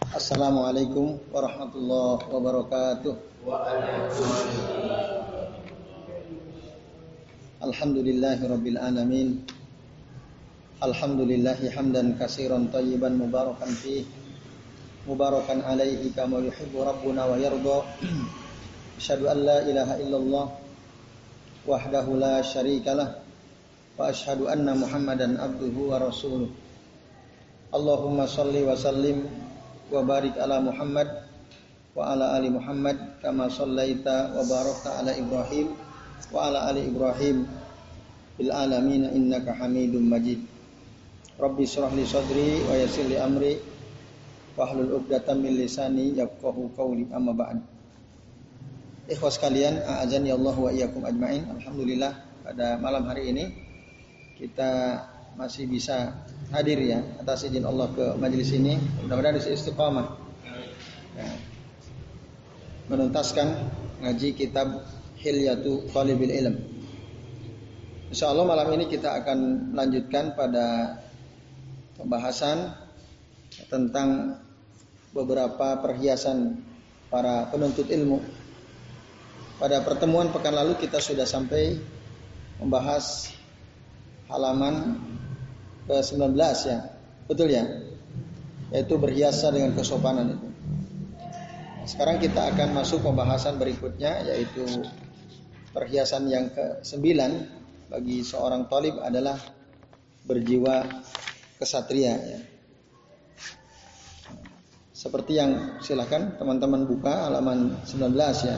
Assalamualaikum warahmatullahi wabarakatuh. Alhamdulillahirabbil alamin. Alhamdulillahi hamdan katsiran thayyiban mubarakan fihi. Mubarakan alaihi kama yuhibbu rabbuna wa yarda. Asyhadu an la ilaha illallah wahdahu la syarikalah wa asyhadu anna Muhammadan abduhu wa rasuluh. Allahumma shalli wa sallim wa barik ala Muhammad wa ala ali Muhammad kama shallaita wa barakta ala Ibrahim wa ala ali Ibrahim bil alamin innaka Hamidum Majid. Rabbi shrah li sadri wa yassir li amri wahlul 'uqdatam min lisani yafqahu qawli. Amma ba'd. Ikhwas sekalian, a'azani Allah wa iyyakum ajmain. Alhamdulillah pada malam hari ini kita masih bisa hadir ya atas izin Allah ke majelis ini. Mudah-mudahan bisa istiqamah ya, menuntaskan ngaji kitab Hilyatu Thalibil Ilm. Insyaallah malam ini kita akan melanjutkan pada pembahasan tentang beberapa perhiasan para penuntut ilmu. Pada pertemuan pekan lalu kita sudah sampai membahas halaman ke-19 ya. Betul ya? Yaitu berhiasa dengan kesopanan itu. Sekarang kita akan masuk pembahasan berikutnya, yaitu perhiasan yang ke-9 bagi seorang thalib adalah berjiwa kesatria ya. Seperti yang silakan teman-teman buka halaman 19 ya.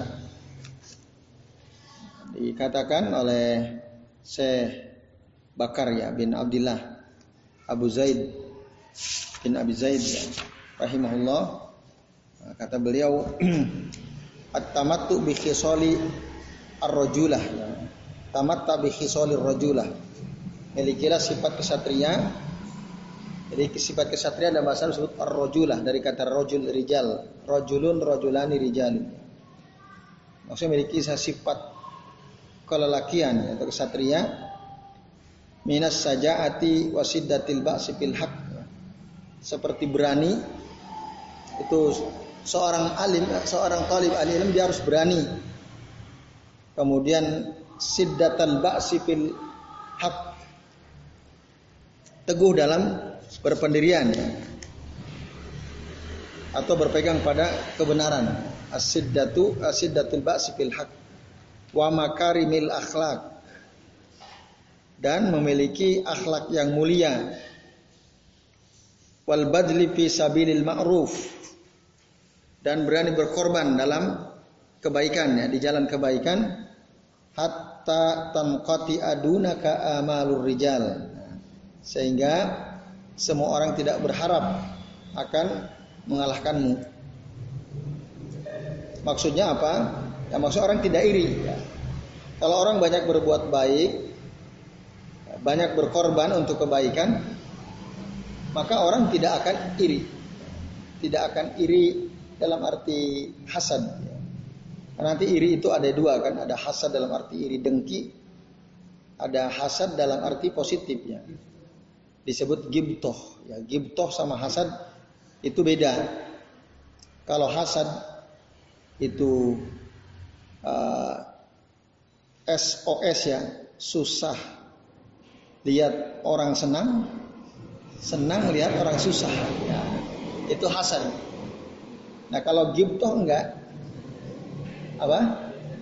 Dikatakan oleh Syekh Bakar ya bin Abdullah Abu Zaid bin Abi Zaid ya, rahimahullah. Kata beliau at-tamattu bi khisali ar-rajulah ya. Tamatta bi khisali ar-rajulah. Milikilah sifat kesatria. Jadi sifat kesatria dalam bahasa disebut ar-rajulah dari kata rajul rijal. Rajulun rajulani rijalun. Maksudnya memiliki sifat kelelakian atau kesatria. Minas sajaati wasiddatil ba'si fil haq. Seperti berani. Itu seorang alim, seorang talib alim dia harus berani. Kemudian siddatal ba'si fil haq. Teguh dalam berpendirian ya. Atau berpegang pada kebenaran. As-siddatul ba'si fil haq. Wa makarimil akhlaq. Dan memiliki akhlak yang mulia. Wal badli fi sabilil ma'ruf. Dan berani berkorban dalam kebaikan ya, di jalan kebaikan. Hatta tanqati adunaka amalur rijal. Sehingga semua orang tidak berharap akan mengalahkanmu. Maksudnya apa? Ya, maksud orang tidak iri ya. Kalau orang banyak berbuat baik, banyak berkorban untuk kebaikan, maka orang tidak akan iri. Tidak akan iri dalam arti hasad. Karena nanti iri itu ada dua kan, ada hasad dalam arti iri dengki, ada hasad dalam arti positifnya. Disebut gibtoh. Ya, gibtoh sama hasad itu beda. Kalau hasad itu SOS ya, susah lihat orang senang, senang lihat orang susah ya, itu hasad. Nah kalau gibtoh enggak apa?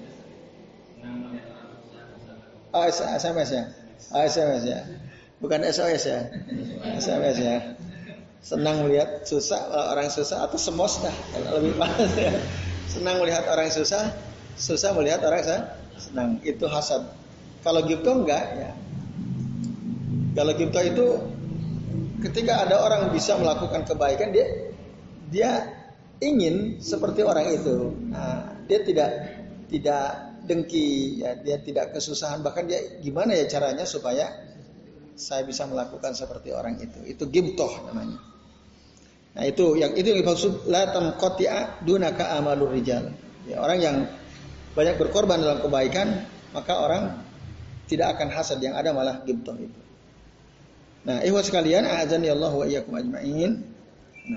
Oh, SMS ya, SMS ya, bukan SOS ya, SMS ya. Senang melihat susah orang susah, atau semos dah lebih panas ya. Senang melihat orang susah, susah melihat orang senang, itu hasad. Kalau gibtoh enggak ya. Kalau gibtoh itu ketika ada orang bisa melakukan kebaikan, dia ingin seperti orang itu. Nah, dia tidak dengki, ya, dia tidak kesusahan. Bahkan dia gimana ya caranya supaya saya bisa melakukan seperti orang itu. Itu gibtoh namanya. Nah itu yang dimaksud la tamqati'a dunaka amalur rijal. Ya, orang yang banyak berkorban dalam kebaikan, maka orang tidak akan hasad, yang ada malah gibtoh itu. Nah, ikhwas sekalian, a'adzani Allah wa iyyakum ajma'in. Nah,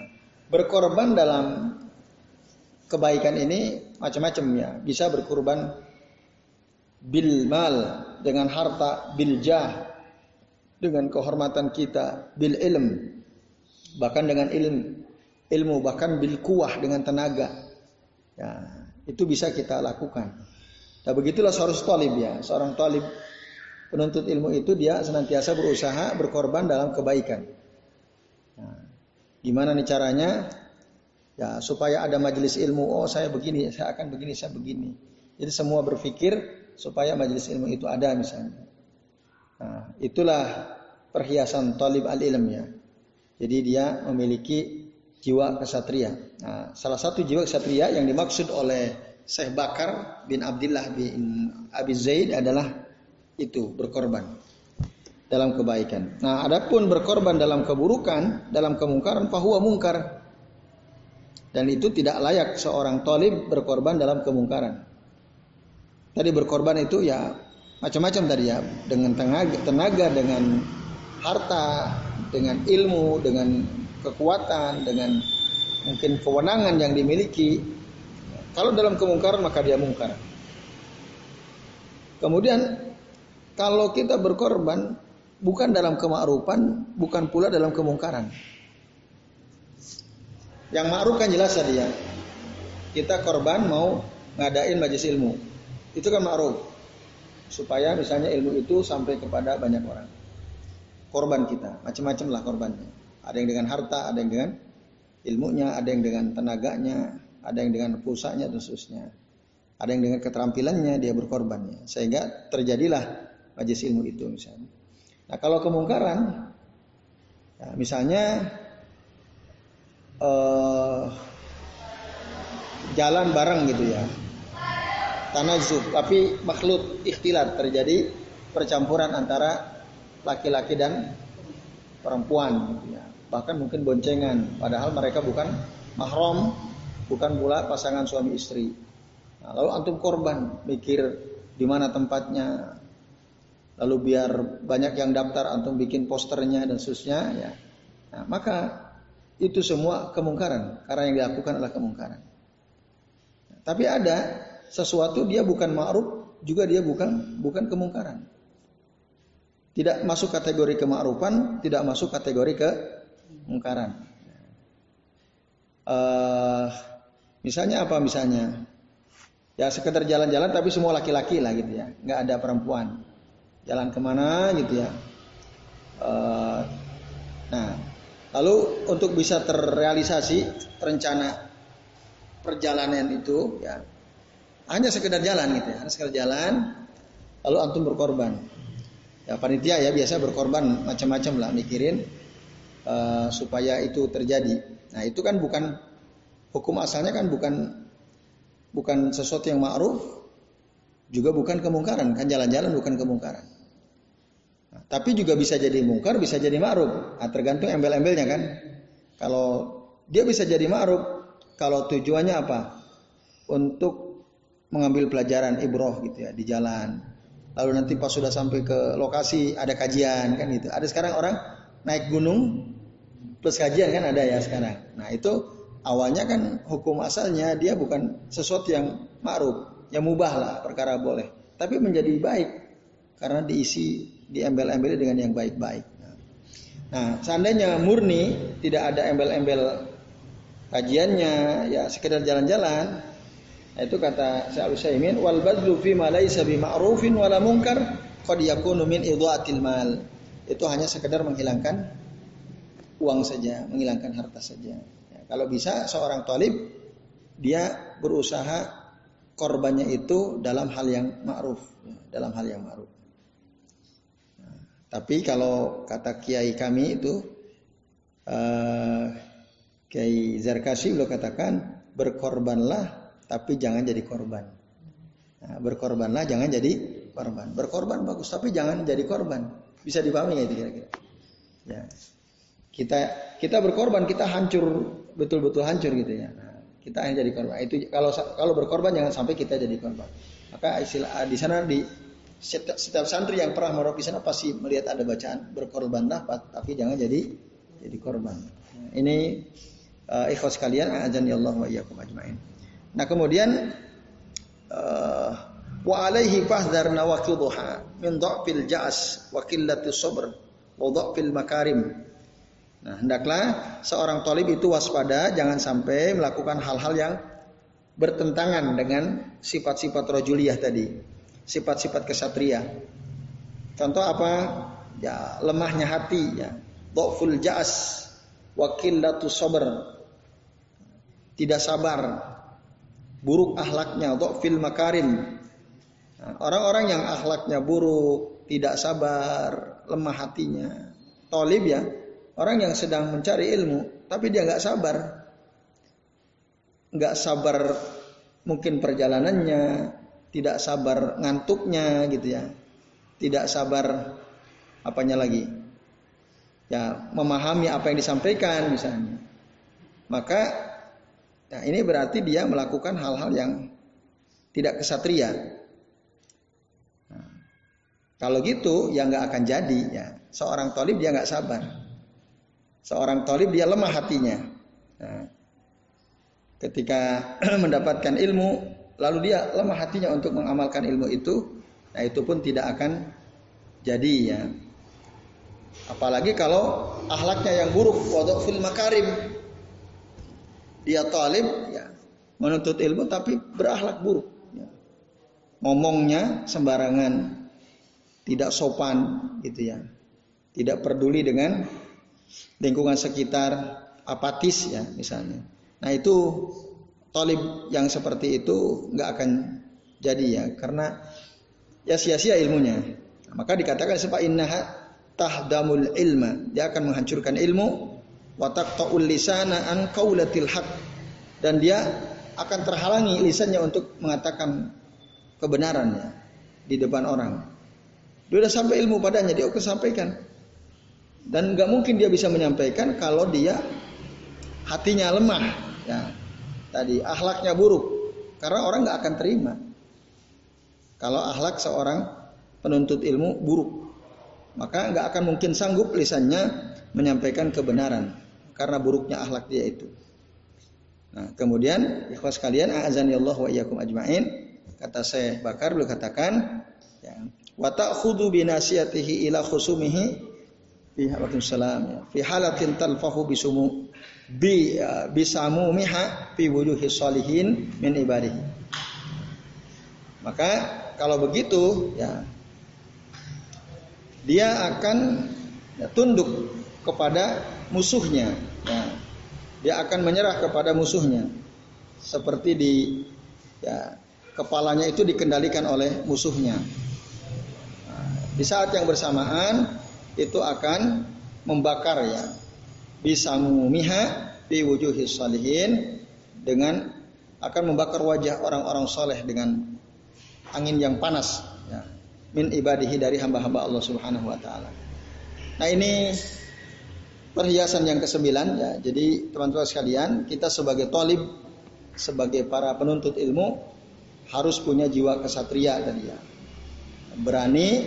berkorban dalam kebaikan ini macam-macam ya. Bisa berkorban bil mal, dengan harta, bil jah, dengan kehormatan kita, bil ilm, bahkan dengan ilmu, bahkan bil kuwah, dengan tenaga. Ya, itu bisa kita lakukan. Nah, begitulah seorang talib ya. Seorang talib penuntut ilmu itu dia senantiasa berusaha berkorban dalam kebaikan. Nah, gimana nih caranya? Ya, supaya ada majelis ilmu. Oh, saya begini, saya akan begini, saya begini. Jadi semua berpikir supaya majelis ilmu itu ada misalnya. Nah, itulah perhiasan talib al-ilm ya. Jadi dia memiliki jiwa kesatria. Nah, salah satu jiwa kesatria yang dimaksud oleh Syekh Bakar bin Abdullah bin Abi Zaid adalah itu, berkorban dalam kebaikan. Nah, adapun berkorban dalam keburukan, dalam kemungkaran, fahuwa mungkar. Dan itu tidak layak seorang talib berkorban dalam kemungkaran. Tadi berkorban itu ya macam-macam tadi ya, dengan tenaga, dengan harta, dengan ilmu, dengan kekuatan, dengan mungkin kewenangan yang dimiliki. Kalau dalam kemungkaran maka dia mungkar. Kemudian kalau kita berkorban bukan dalam kemakrufan, bukan pula dalam kemungkaran. Yang ma'ruf kan jelas tadi ya. Kita korban mau ngadain majelis ilmu. Itu kan ma'ruf. Supaya misalnya ilmu itu sampai kepada banyak orang. Korban kita, macam-macam lah korbannya. Ada yang dengan harta, ada yang dengan ilmunya, ada yang dengan tenaganya, ada yang dengan pulsanya dan seterusnya. Ada yang dengan keterampilannya dia berkorbannya. Sehingga terjadilah majelis ilmu itu misalnya. Nah, kalau kemungkaran, ya, misalnya jalan bareng gitu ya, tanazub, tapi makhluk ikhtilat, terjadi percampuran antara laki-laki dan perempuan gitu ya. Bahkan mungkin boncengan, padahal mereka bukan mahram, bukan pula pasangan suami istri. Nah, lalu antum korban, mikir di mana tempatnya, lalu biar banyak yang daftar, antum bikin posternya dan seterusnya ya. Nah, maka itu semua kemungkaran, karena yang dilakukan adalah kemungkaran. Tapi ada sesuatu dia bukan ma'ruf, juga dia bukan kemungkaran. Tidak masuk kategori kema'rufan, tidak masuk kategori kemungkaran. Misalnya apa misalnya? Ya sekedar jalan-jalan tapi semua laki-laki lah gitu ya, nggak ada perempuan. Jalan kemana gitu ya. Nah, lalu untuk bisa terrealisasi rencana perjalanan itu ya hanya sekedar jalan gitu ya, hanya sekedar jalan, lalu antum berkorban. Ya panitia ya biasa berkorban macam-macam lah, mikirin supaya itu terjadi. Nah itu kan bukan hukum asalnya, kan bukan sesuatu yang ma'ruf, juga bukan kemungkaran, kan jalan-jalan bukan kemungkaran. Nah, tapi juga bisa jadi mungkar, bisa jadi ma'ruf. Nah, tergantung embel-embelnya kan. Kalau dia bisa jadi ma'ruf, kalau tujuannya apa? Untuk mengambil pelajaran ibroh gitu ya di jalan. Lalu nanti pas sudah sampai ke lokasi ada kajian kan gitu. Ada sekarang orang naik gunung plus kajian kan ada ya sekarang. Nah itu awalnya kan hukum asalnya dia bukan sesuatu yang ma'ruf, yang mubah lah, perkara boleh. Tapi menjadi baik karena diisi, diembel-embeli dengan yang baik-baik. Nah seandainya murni tidak ada embel-embel kajiannya, ya sekedar jalan-jalan. Nah, itu kata Syekh Al-Utsaimin, wal badlu fi ma laysa bi ma'rufin wala munkar qad yakunu min idha'atil mal. Itu hanya sekedar menghilangkan uang saja, menghilangkan harta saja. Ya, kalau bisa seorang talib dia berusaha korbannya itu dalam hal yang ma'ruf, ya, dalam hal yang ma'ruf. Nah, tapi kalau kata kiai kami itu Kiai Zarkashi beliau katakan berkorbanlah tapi jangan jadi korban. Nah, berkorbanlah jangan jadi korban. Berkorban bagus tapi jangan jadi korban. Bisa dipahami nggak itu kira-kira? Ya. Kita berkorban, kita hancur, betul-betul hancur gitu ya. Nah, kita hanya jadi korban. Itu kalau berkorban jangan sampai kita jadi korban. Maka istilah di sana di setiap santri yang pernah merok di sana pasti melihat ada bacaan berkorbanlah tapi jangan jadi korban. Nah, ini Ikhwas sekalian, a'adzanillahu wa iyyakum ajmain. Nah, kemudian wa alaihi fahdhar nawaqidha min dha'fil ja's wa qillatis sabr wa dha'fil makarim. Nah, hendaklah seorang thalib itu waspada jangan sampai melakukan hal-hal yang bertentangan dengan sifat-sifat rajuliyah tadi, sifat-sifat kesatria. Contoh apa? Ya, lemahnya hati, ya. Dha'ful ja's wa qillatus sabr. Tidak sabar, buruk akhlaknya, dha'fil makarim. Nah, orang-orang yang akhlaknya buruk, tidak sabar, lemah hatinya. Thalib ya, orang yang sedang mencari ilmu, tapi dia nggak sabar mungkin perjalanannya, tidak sabar ngantuknya gitu ya, tidak sabar apanya lagi, ya memahami apa yang disampaikan misalnya. Maka, nah ini berarti dia melakukan hal-hal yang tidak kesatria. Nah, kalau gitu ya nggak akan jadi ya. Seorang thalib dia nggak sabar. Seorang thalib dia lemah hatinya. Nah, ketika mendapatkan ilmu, lalu dia lemah hatinya untuk mengamalkan ilmu itu, nah itu pun tidak akan jadi ya. Apalagi kalau akhlaknya yang buruk, wadhafil makarim. Dia thalib ya, menuntut ilmu tapi berakhlak buruk. Ya. Ngomongnya sembarangan, tidak sopan gitu ya. Tidak peduli dengan lingkungan sekitar, apatis ya misalnya. Nah itu thalib yang seperti itu nggak akan jadi ya, karena ya sia-sia ilmunya. Nah, maka dikatakan sebab innaha tahdamul ilma, dia akan menghancurkan ilmu, wa taqta'ul lisana an qaulatil haq, dan dia akan terhalangi lisannya untuk mengatakan kebenarannya di depan orang. Dia sudah sampai ilmu padanya, dia akan sampaikan. Dan nggak mungkin dia bisa menyampaikan kalau dia hatinya lemah, ya tadi akhlaknya buruk, karena orang nggak akan terima kalau akhlak seorang penuntut ilmu buruk, maka nggak akan mungkin sanggup lisannya menyampaikan kebenaran karena buruknya akhlak dia itu. Nah, kemudian ikhwas sekalian, a'azanillahu wa iyyakum ajmain, kata Syekh Bakar beliau katakan, ya, wa ta'khudhu bi nasihatihi ila khusumihi fi halatin talfahu bisumu bisamumiha fi wujuhi sholihin min ibadihi. Maka kalau begitu ya dia akan tunduk kepada musuhnya ya. Dia akan menyerah kepada musuhnya seperti di ya, kepalanya itu dikendalikan oleh musuhnya. Nah, di saat yang bersamaan itu akan membakar ya bisamumiha fi wujuhi sholihin, dengan akan membakar wajah orang-orang soleh dengan angin yang panas ya, min ibadihi, dari hamba-hamba Allah Subhanahu wa taala. Nah, ini perhiasan yang ke-9 ya. Jadi teman-teman sekalian, kita sebagai thalib, sebagai para penuntut ilmu harus punya jiwa kesatria tadi ya. Berani,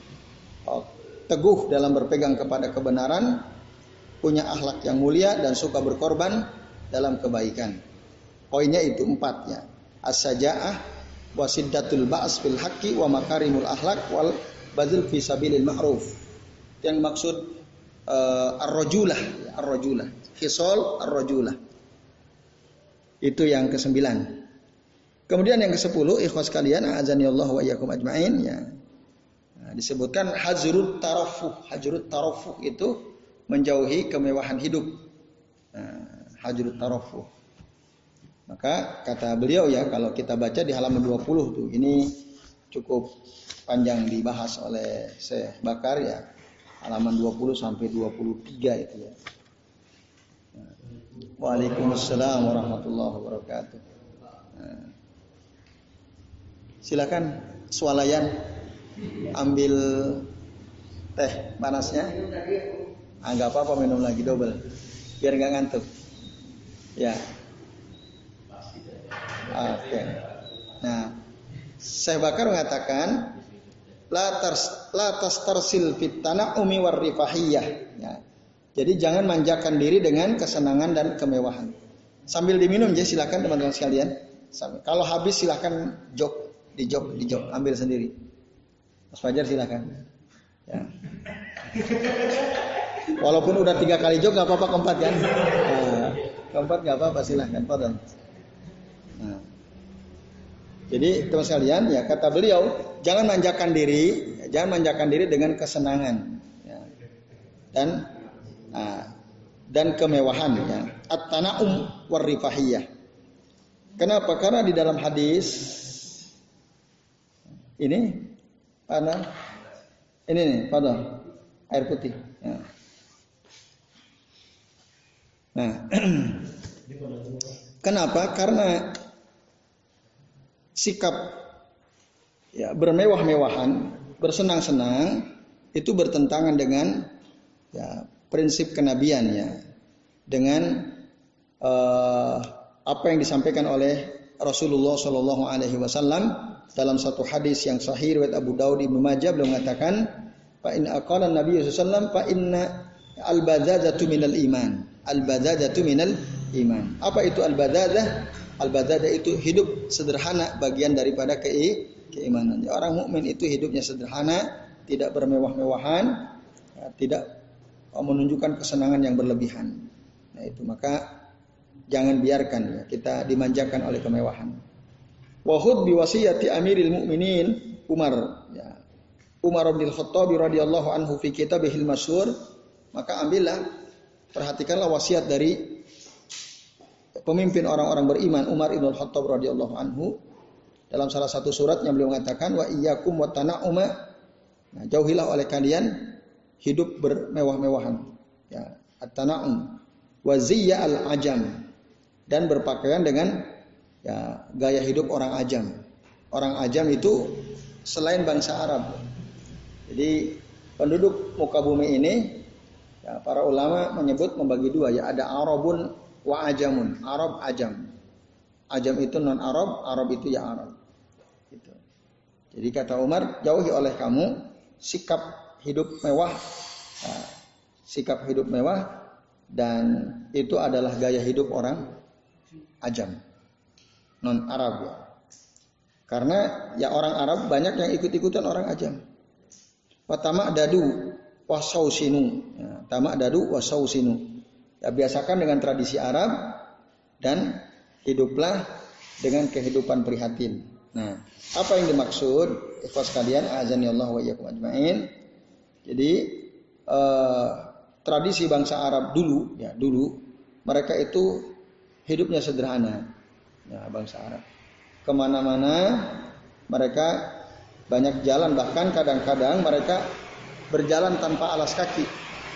teguh dalam berpegang kepada kebenaran, punya akhlak yang mulia dan suka berkorban dalam kebaikan. Poinnya itu 4 ya. As-saja'ah wa siddatul ba's fil haqqi wa makarimul akhlak wal badl fi sabilil ma'ruf. Yang maksud ar-rajulah, ar-rajulah, khisal ar-rajulah. Itu yang ke-9. Kemudian yang ke-10, ikhwas kalian, a'azanillahu wa iyyakum ajmain ya. Nah, disebutkan hajrut tarafuh. Hajrut tarafuh itu menjauhi kemewahan hidup. Nah, hajrut tarafuh. Maka kata beliau ya, kalau kita baca di halaman 20 tuh, ini cukup panjang dibahas oleh Syekh Bakar ya. Halaman 20 sampai 23 itu ya. Waalaikumsalam warahmatullahi wabarakatuh. Nah, silakan swalayan ambil teh panasnya. Enggak apa-apa, minum lagi double biar enggak ngantuk. Ya. Oke. Nah, Syekh Bakar mengatakan la tastarsil fit tana'umi war rifahiyah ya. Jadi jangan manjakan diri dengan kesenangan dan kemewahan. Sambil diminum ya silakan teman-teman sekalian. Kalau habis silakan dijok, ambil sendiri. Mas Fajar silakan. Ya. Walaupun udah 3 kali jok nggak apa-apa, keempat kan? Nah, keempat nggak apa-apa, silahkan. Nah, jadi teman sekalian ya kata beliau jangan manjakan diri dengan kesenangan ya. Dan kemewahan ya. At-tana'um war-rifahiyah. Kenapa? Karena di dalam hadis ini pada air putih. Ya. Nah, kenapa? Karena sikap ya bermewah-mewahan, bersenang-senang itu bertentangan dengan ya prinsip kenabian ya, dengan apa yang disampaikan oleh Rasulullah Shallallahu Alaihi Wasallam dalam satu hadis yang sahih riwayat Abu Daud Ibnu Majah beliau mengatakan, fa in aqala Nabi sallallahu alaihi wasallam fa inna al-badzadzatu minal iman. Al-badzadzatu minal iman. Apa itu al-badzadzah? Al-badzadzah itu hidup sederhana, bagian daripada keimanan. Orang mukmin itu hidupnya sederhana, tidak bermewah-mewahan, ya, tidak menunjukkan kesenangan yang berlebihan. Nah itu maka jangan biarkan ya, kita dimanjakan oleh kemewahan. Wa khudh bi wasiyati Amiril Mukminin Umar ya. Umar bin Khattab radhiyallahu anhu fi kitabihil masyhur, maka ambillah, perhatikanlah wasiat dari pemimpin orang-orang beriman Umar bin Khattab radhiyallahu anhu dalam salah satu suratnya beliau mengatakan wa iyyakum wa tana'uma. Nah, jauhilah oleh kalian hidup bermewah-mewahan ya, at-tana'um wa ziyya al-ajam, dan berpakaian dengan ya gaya hidup orang ajam. Orang ajam itu selain bangsa Arab. Jadi penduduk muka bumi ini ya, para ulama menyebut membagi dua ya, ada Arabun wa ajamun, Arab ajam. Ajam itu non Arab, Arab itu ya Arab. Gitu. Jadi kata Umar, jauhi oleh kamu sikap hidup mewah, ya, sikap hidup mewah, dan itu adalah gaya hidup orang ajam, non Arab ya. Karena ya orang Arab banyak yang ikut-ikutan orang ajam. Wa dadu wasausinu, ya, tamak dadu wasausinu. Ya, biasakan dengan tradisi Arab dan hiduplah dengan kehidupan prihatin. Nah, apa yang dimaksud? Ikhwas sekalian, azani Allah wa iyyakum ajmain. Jadi tradisi bangsa Arab dulu, ya dulu mereka itu hidupnya sederhana. Ya, bangsa Arab kemana-mana mereka banyak jalan, bahkan kadang-kadang mereka berjalan tanpa alas kaki.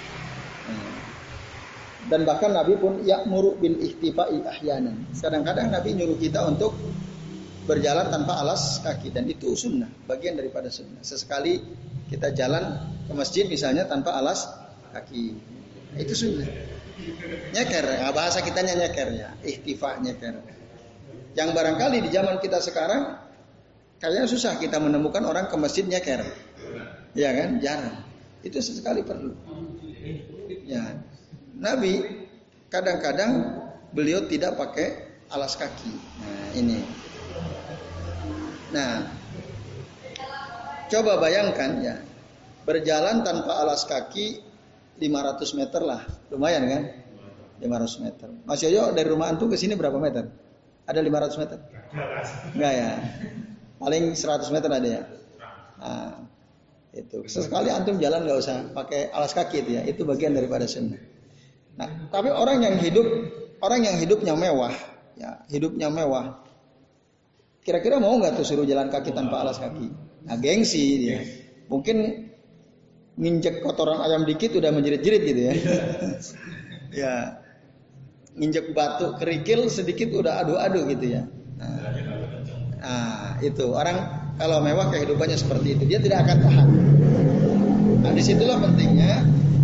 Dan bahkan Nabi pun ya'muru bil ihtifa'i ahyanan. Kadang-kadang Nabi nyuruh kita untuk berjalan tanpa alas kaki, dan itu sunnah, bagian daripada sunnah. Sesekali kita jalan ke masjid misalnya tanpa alas kaki, itu sunnah. Nyeker, bahasa kitanya nyeker ya, ihtifa, nyeker. Yang barangkali di zaman kita sekarang kayaknya susah kita menemukan orang ke masjid nyeker. Ya kan? Jarang. Itu sesekali perlu. Ya. Nabi kadang-kadang beliau tidak pakai alas kaki. Nah, ini. Nah, coba bayangkan ya, berjalan tanpa alas kaki 500 meter lah, lumayan kan? 500 meter. Mas Yoyo dari rumah antum ke sini berapa meter? Ada 500 meter? Enggak ya. Paling 100 meter ada ya. Nah, itu. Sesekali antum jalan nggak usah pakai alas kaki itu ya. Itu bagian daripada sunnah. Nah, tapi orang yang hidupnya mewah, ya, hidupnya mewah. Kira-kira mau nggak tuh suruh jalan kaki tanpa alas kaki? Nah, gengsi dia. Mungkin nginjek kotoran ayam dikit udah menjerit-jerit gitu ya. Ya. Nginjek batu kerikil sedikit udah adu-adu gitu ya. Nah, itu orang kalau mewah kehidupannya seperti itu, dia tidak akan tahan. Nah, disitulah pentingnya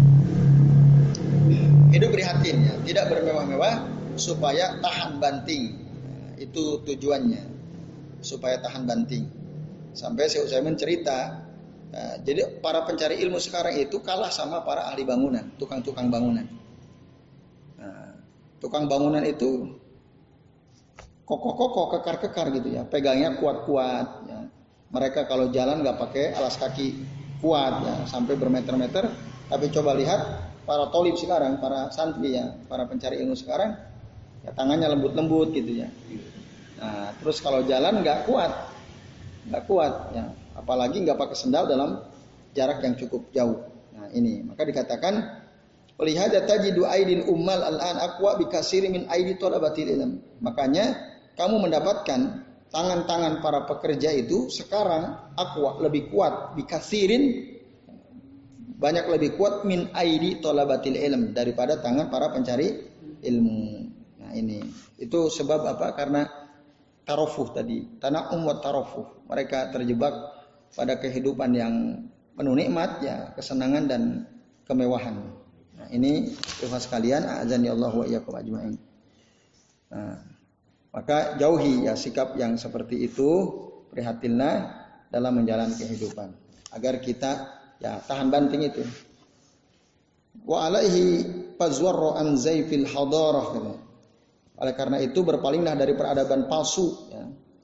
hidup prihatin ya, tidak bermewah-mewah supaya tahan banting. Nah, itu tujuannya, supaya tahan banting. Sampai Syekh Utsaimin cerita Nah, jadi para pencari ilmu sekarang itu kalah sama para ahli bangunan, tukang-tukang bangunan. Nah, tukang bangunan itu kokoh-kokoh, kekar-kekar gitu ya, pegangnya kuat-kuat. Ya. Mereka kalau jalan nggak pakai alas kaki kuat ya, sampai bermeter-meter. Tapi coba lihat para tolib sekarang, para santri ya, para pencari ilmu sekarang, ya tangannya lembut-lembut gitu ya. Nah, terus kalau jalan nggak kuat ya. Apalagi nggak pakai sendal dalam jarak yang cukup jauh. Nah ini maka dikatakan walihada tajidu aidil ummal al-an aqwa bikasiri min aidi talabatil ilm. Makanya kamu mendapatkan tangan-tangan para pekerja itu sekarang aqwa, lebih kuat, bikasirin, banyak lebih kuat min aidi talabatil ilm, daripada tangan para pencari ilmu. Nah ini itu sebab apa? Karena tarofuh tadi, tana'um wa tarofuh. Mereka terjebak pada kehidupan yang penuh nikmat ya, kesenangan dan kemewahan. Nah, ini ikhwas sekalian, a'adzani Allah wa iyyakum ajmain. Nah, maka jauhi ya sikap yang seperti itu, prihatinlah dalam menjalani kehidupan agar kita ya tahan banting itu. Wa alaihi fazwarru an zaifil hadarah. Oleh karena itu berpalinglah dari peradaban palsu ya.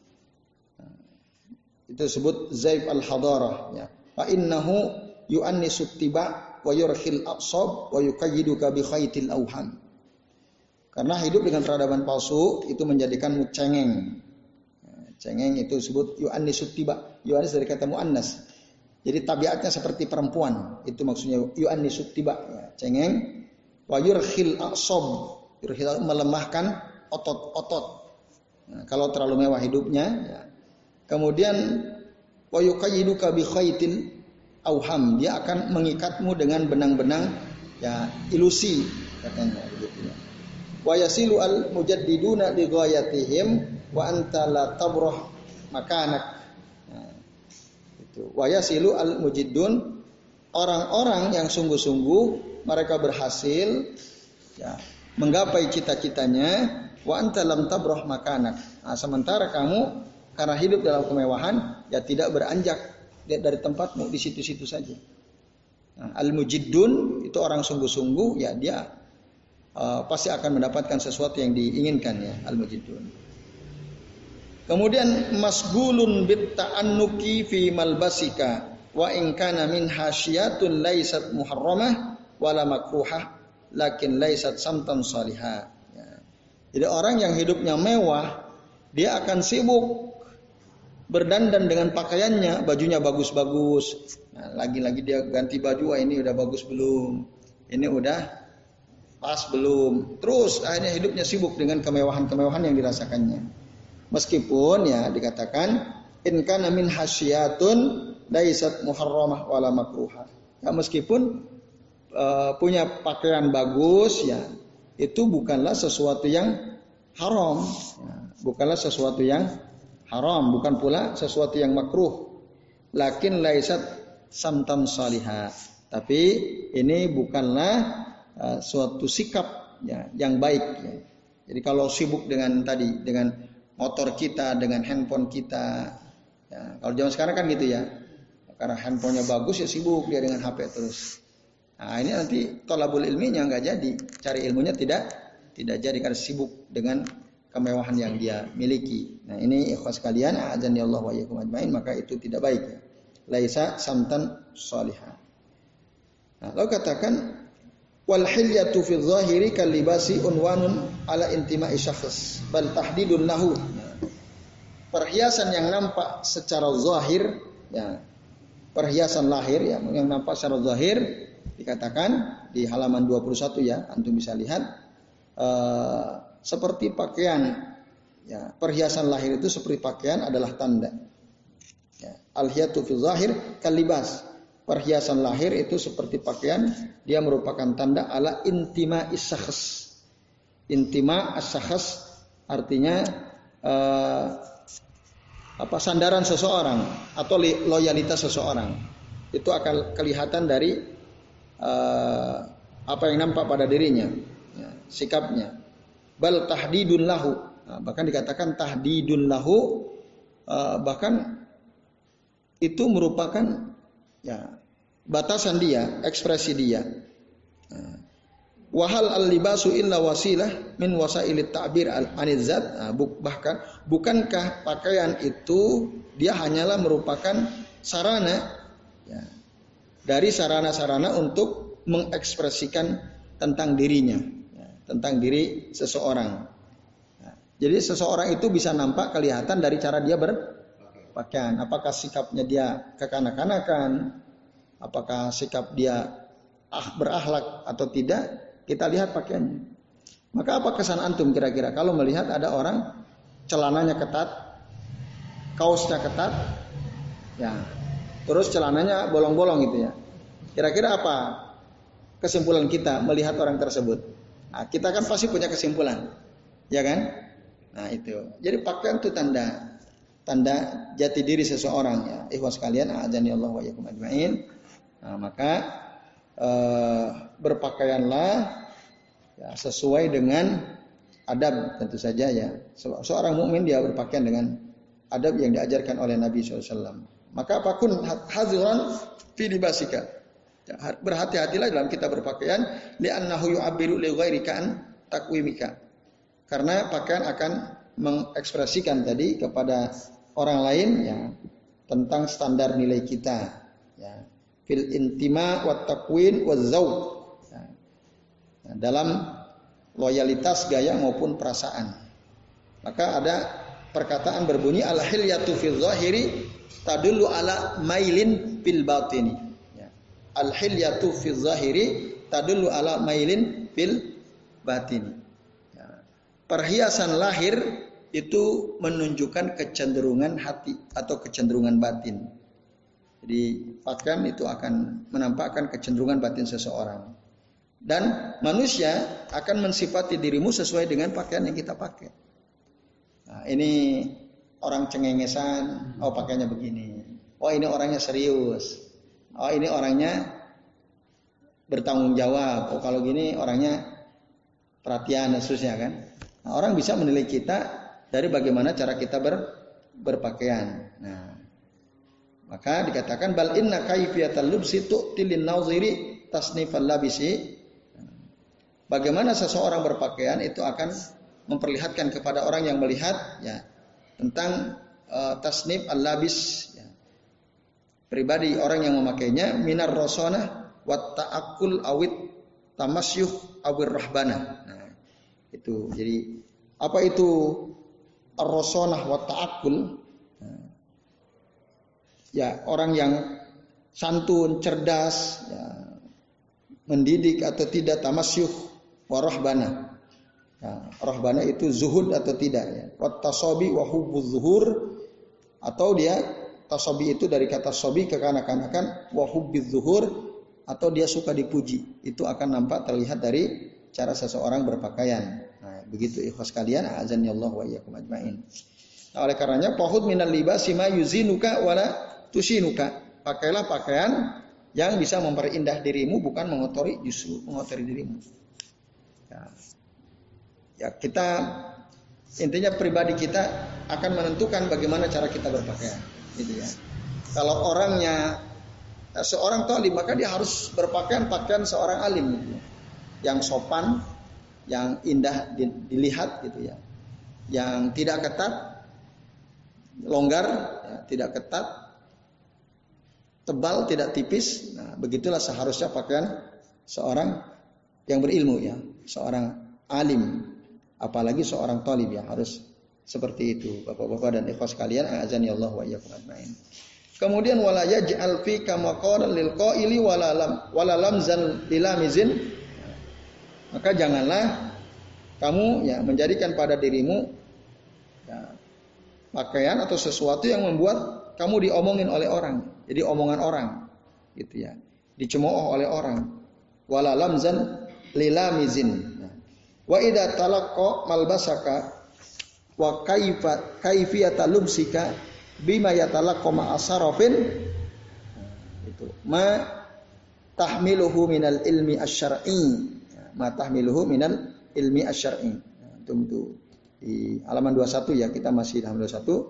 Itu disebut zaif al-hadarah ya. Fa innahu yu'annisu tiba wa yurkhil aqsab wa yuqayyiduka bi khaytil awham. Karena hidup dengan peradaban palsu itu menjadikanmu cengeng. Cengeng itu disebut yu'annisu tiba. Yu'annis dari kata muannas. Jadi tabiatnya seperti perempuan. Itu maksudnya yu'annisu tiba ya. Cengeng wa yurkhil aqsab. Yurkhil melemahkan otot-otot. Nah, kalau terlalu mewah hidupnya ya. Kemudian wa yuqayyiduka bi khaytil auham, dia akan mengikatmu dengan benang-benang ya ilusi katanya begitu ya. Wa yasilu al mujaddiduna li ghayatihim wa anta la tabrah makanak. Nah, itu wa yasilu al mujiddun, orang-orang yang sungguh-sungguh mereka berhasil ya menggapai cita-citanya, wa anta lam tabrah makanak. Nah, sementara kamu karena hidup dalam kemewahan, ya tidak beranjak dari tempatmu, di situ-situ saja. Nah, al-mujiddun itu orang sungguh-sungguh, ya dia pasti akan mendapatkan sesuatu yang diinginkan ya, al-mujiddun. Kemudian masgulun bit ta'annuki fi malbasika wa in kana min hasyatun laysat muharramah wala makruhah lakin laysat samtan salihah. Ya. Jadi orang yang hidupnya mewah, dia akan sibuk berdandan dengan pakaiannya, bajunya bagus-bagus. Nah, lagi-lagi dia ganti baju, ini udah bagus belum? Ini udah pas belum? Terus akhirnya hidupnya sibuk dengan kemewahan-kemewahan yang dirasakannya. Meskipun ya dikatakan in kana min hasyatun laisat muharramah wala makruha. Ya, meskipun punya pakaian bagus ya, itu bukanlah sesuatu yang haram. Ya, bukanlah sesuatu yang haram, bukan pula sesuatu yang makruh. Lakin laisat samtan salihah. Tapi ini bukanlah suatu sikap ya, yang baik. Ya. Jadi kalau sibuk dengan tadi, dengan motor kita, dengan handphone kita. Ya, kalau zaman sekarang kan gitu ya. Karena handphonenya bagus ya sibuk dia dengan HP terus. Nah ini nanti thalabul ilminya nggak jadi. Cari ilmunya tidak jadi karena sibuk dengan kemewahan yang dia miliki. Nah ini ikhwas sekalian, a'adzani Allah wa iyyakum ajmain, maka itu tidak baik ya. Laisa samtan salihah. Nah, lalu katakan wal hilyatu fi dhahiri kal libasi unwanun ala intima'i syakhs bal tahdidun lahu. Nah, perhiasan yang nampak secara zahir ya, perhiasan lahir ya, yang nampak secara zahir dikatakan di halaman 21 ya, antum bisa lihat seperti pakaian ya, perhiasan lahir itu seperti pakaian adalah tanda ya. Al-hiyatu fi zahir kalibas, perhiasan lahir itu seperti pakaian, dia merupakan tanda ala intima is-syakhs. Intima as-syakhs artinya sandaran seseorang atau loyalitas seseorang. Itu akan kelihatan dari apa yang nampak pada dirinya ya, sikapnya. Bal tahdidun lahu, nah, bahkan dikatakan tahdidun lahu, bahkan itu merupakan Ya, batasan dia, ekspresi dia. Wahal al-libasu illa wasilah min wasailit ta'bir anil zat. Bahkan bukankah pakaian itu dia hanyalah merupakan sarana ya, dari sarana-sarana untuk mengekspresikan tentang dirinya, ya, tentang diri seseorang. Ya, jadi seseorang itu bisa nampak kelihatan dari cara dia berpakaian. Apakah sikapnya dia kekanak-kanakan, apakah sikap dia berakhlak atau tidak, kita lihat pakaiannya. Maka apa kesan antum kira-kira kalau melihat ada orang celananya ketat, kaosnya ketat, ya, terus celananya bolong-bolong gitu ya. Kira-kira apa kesimpulan kita melihat orang tersebut? Nah, kita kan pasti punya kesimpulan, ya kan? Nah itu. Jadi pakaian itu tanda jati diri seseorang ya. Ikhwas sekalian, a'adzani Allah wa iyyakum ajmain. Nah, maka berpakaianlah ya, sesuai dengan adab tentu saja ya. Seorang mukmin dia berpakaian dengan adab yang diajarkan oleh Nabi SAW. Maka apapun hadziran fi libasika. Ya, berhati-hatilah dalam kita berpakaian li'annahu yu'abbiru li ghairika an takwimika. Karena pakaian akan mengekspresikan tadi kepada orang lain ya tentang standar nilai kita ya. Fil intima wat takwin waz zauq. Nah, dalam loyalitas gaya maupun perasaan. Maka ada perkataan berbunyi al-hilyatu fil zahiri tadullu ala mailin fil batini. Ya. Al-hilyatu fil zahiri tadullu ala mailin fil batini. Ya. Perhiasan lahir itu menunjukkan kecenderungan hati atau kecenderungan batin. Jadi pakaian itu akan menampakkan kecenderungan batin seseorang. Dan manusia akan mensifati dirimu sesuai dengan pakaian yang kita pakai. Nah, ini orang cengengesan, oh pakaiannya begini. Oh ini orangnya serius. Oh ini orangnya bertanggung jawab. Oh kalau gini orangnya perhatian dan seterusnya kan. Nah, orang bisa menilai kita dari bagaimana cara kita berpakaian. Nah, maka dikatakan bal inna kaifiyatal lubsi tu'tilin naziri tasnifal labisi. Bagaimana seseorang berpakaian itu akan memperlihatkan kepada orang yang melihat ya tentang tasnif al-labis ya. Pribadi orang yang memakainya minar rosonah wat ta'akul awit tamasyuh awir rahbana. Nah, itu. Jadi apa itu ar-rosonah wat ta'akul? Ya, orang yang santun, cerdas, ya, mendidik atau tidak, tamasyuh warahbana. Ya, rahbana itu zuhud atau tidak ya. Wat tasabi wa hubbuz zuhur, atau dia tasabi itu dari kata sabi kekanak-kanakan, wa hubbiz zuhur atau dia suka dipuji. Itu akan nampak terlihat dari cara seseorang berpakaian. Nah, begitu ikhwas kalian, a'azanillahu wa iyyakum ajmain. Nah, oleh karenanya fahud minal libasi ma yuzinuka wala tusinuka. Pakailah pakaian yang bisa memperindah dirimu, bukan mengotori, justru mengotori dirimu. Ya, kita intinya pribadi kita akan menentukan bagaimana cara kita berpakaian, gitu ya. Kalau orangnya seorang tolim, maka dia harus berpakaian pakaian seorang alim, gitu ya. Yang sopan, yang indah dilihat, gitu ya. Yang tidak ketat, longgar, ya, tidak ketat, tebal, tidak tipis. Nah, begitulah seharusnya pakaian seorang yang berilmu ya, seorang alim, apalagi seorang talib ya, harus seperti itu. Bapak-bapak dan ikhwas sekalian, a'azani Allah wa iyyakum ajmain. Kemudian wala yaj'al fi kama qala lil qaili wala lamzan lilamizin. Maka janganlah kamu ya menjadikan pada dirimu ya, pakaian atau sesuatu yang membuat kamu diomongin oleh orang. Jadi omongan orang, gitu ya. Dicemooh oleh orang. Wala lamzan lilamizin. Wa idza talaqqa malbasaka wa kaifiyata lubsika bima yatalaqqa ma asarafin. Itu ma tahmiluhu minal ilmi asy-syar'i. Ma tahmiluhu minal ilmi asy-syar'i. Itu di halaman 21 ya, kita masih di halaman 21.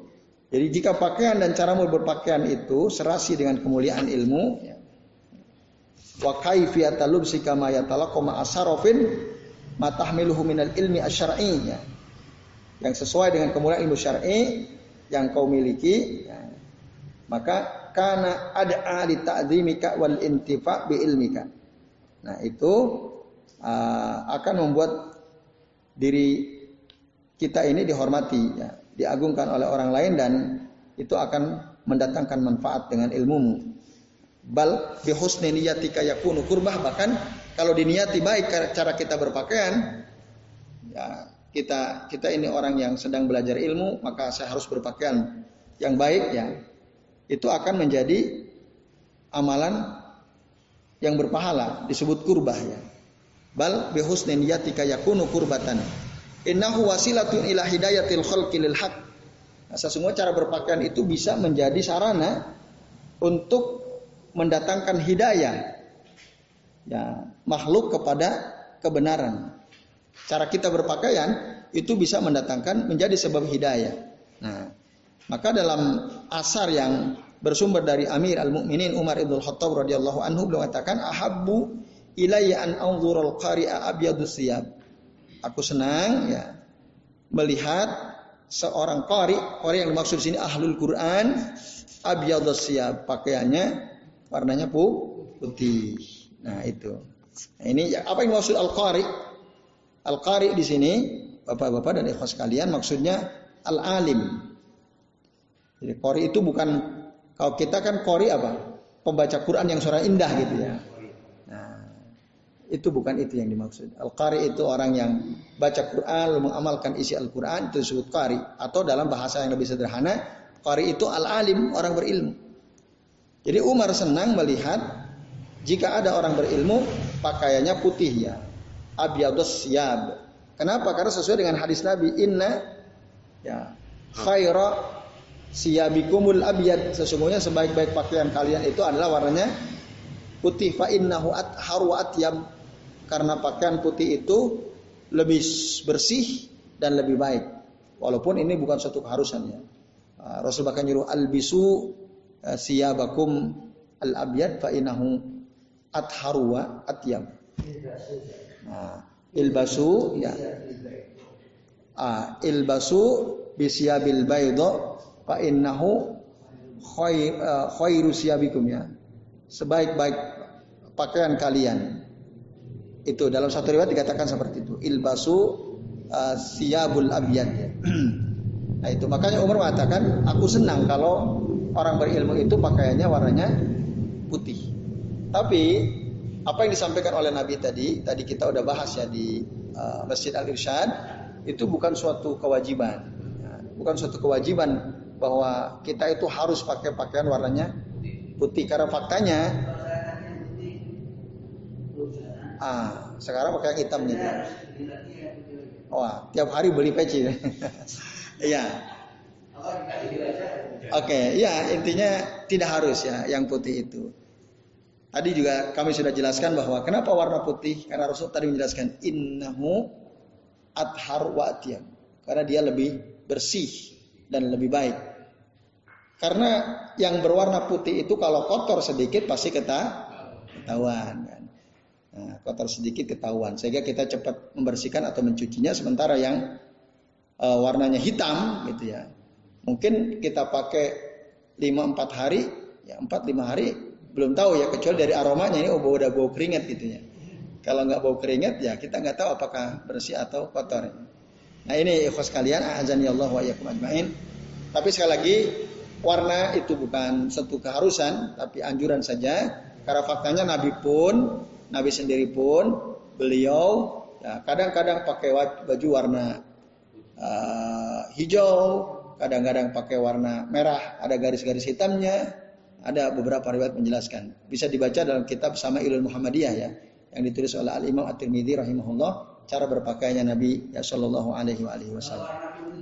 Jadi jika pakaian dan caramu berpakaian itu serasi dengan kemuliaan ilmu, ya. Wa kaifiyata lubsika ma yatalaqqa ma asarofin ma tahmiluhu minal ilmi asy-syar'i, ya. Yang sesuai dengan kemuliaan ilmu syar'i yang kau miliki, ya. Maka kana ad'a li ta'dzimika wal intifa' bi ilmika. Nah, itu akan membuat diri kita ini dihormati, ya, diagungkan oleh orang lain, dan itu akan mendatangkan manfaat dengan ilmumu. Bal bi husni niyatika yakunu qurbah, bahkan kalau diniati baik cara kita berpakaian, ya, kita ini orang yang sedang belajar ilmu, maka saya harus berpakaian yang baik, ya. Itu akan menjadi amalan yang berpahala, disebut qurbah, ya. Bal bi husni niyatika yakunu qurbatan. Innahu wasilatun ila hidayatil khalqi lil haq. Nah, sesungguhnya cara berpakaian itu bisa menjadi sarana untuk mendatangkan hidayah, ya, makhluk kepada kebenaran. Cara kita berpakaian itu bisa mendatangkan menjadi sebab hidayah. Nah, maka dalam asar yang bersumber dari Amir al-Mu'minin Umar ibn al-Khattab radhiyallahu anhu, beliau mengatakan ahabbu ilayya an anzurul qari'a abyadus siyab. Aku senang, ya, melihat seorang qari yang dimaksud di sini ahlul Quran, abyadus siyab, pakaiannya warnanya putih. Nah, itu. Nah, ini apa yang dimaksud al-qari? Al-qari di sini, Bapak-bapak dan ikhwah sekalian, maksudnya al-alim. Jadi qari itu bukan, kalau kita kan qari apa? Pembaca Quran yang suara indah gitu, ya. Itu bukan itu yang dimaksud. Al-qari itu orang yang baca Quran lalu mengamalkan isi Al-Quran, itu disebut qari. Atau dalam bahasa yang lebih sederhana, qari itu al-alim, orang berilmu. Jadi Umar senang melihat jika ada orang berilmu pakaiannya putih, ya, abyadus siyab. Kenapa? Karena sesuai dengan hadis Nabi, inna, ya, khaira siyabikumul abyad, sesungguhnya sebaik-baik pakaian kalian itu adalah warnanya putih. Fa innahu atharu wa atyab, karena pakaian putih itu lebih bersih dan lebih baik. Walaupun ini bukan suatu keharusannya. Rasul bahkan nyuruh albisu siyabakum al-abyad fa innahu atharu wa atyab. Ilbasu, ya. Ilbasu bisyabil bayda fa innahu khairu siyabikum, ya. Sebaik-baik pakaian kalian. Itu dalam satu riwayat dikatakan seperti itu. Ilbasu siyabul abyad. Nah, itu makanya Umar mengatakan, aku senang kalau orang berilmu itu pakaiannya warnanya putih. Tapi apa yang disampaikan oleh Nabi tadi kita udah bahas, ya, di Masjid Al-Irsyad, itu bukan suatu kewajiban. Ya, bukan suatu kewajiban bahwa kita itu harus pakai pakaian warnanya putih, karena faktanya sekarang pakai hitam gitu. Wah, tiap hari beli peci. Iya. Oke, ya, intinya tidak harus, ya, yang putih itu. Tadi juga kami sudah jelaskan bahwa kenapa warna putih, karena Rasul tadi menjelaskan innahu athhar wa atyab, karena dia lebih bersih dan lebih baik. Karena yang berwarna putih itu kalau kotor sedikit pasti ketahuan, kan. Nah, kotor sedikit ketahuan, sehingga kita cepat membersihkan atau mencucinya. Sementara yang warnanya hitam, gitu, ya, mungkin kita pakai 5-4 hari, ya, 4-5 hari belum tahu, ya, kecuali dari aromanya ini udah bau keringat, gitu, ya. Kalau nggak bau keringat, ya kita nggak tahu apakah bersih atau kotor. Nah, ini ikhwas kalian, a'azani Allah wa iyyakum ajmain. Tapi sekali lagi, warna itu bukan satu keharusan, tapi anjuran saja. Karena faktanya Nabi sendiri pun beliau, ya, kadang-kadang pakai baju warna hijau, kadang-kadang pakai warna merah, ada garis-garis hitamnya. Ada beberapa riwayat menjelaskan. Bisa dibaca dalam kitab Sama'ilul Muhammadiyah, ya, yang ditulis oleh Al-Imam At-Tirmidzi rahimahullah, cara berpakaiannya Nabi, ya, sallallahu alaihi wasallam.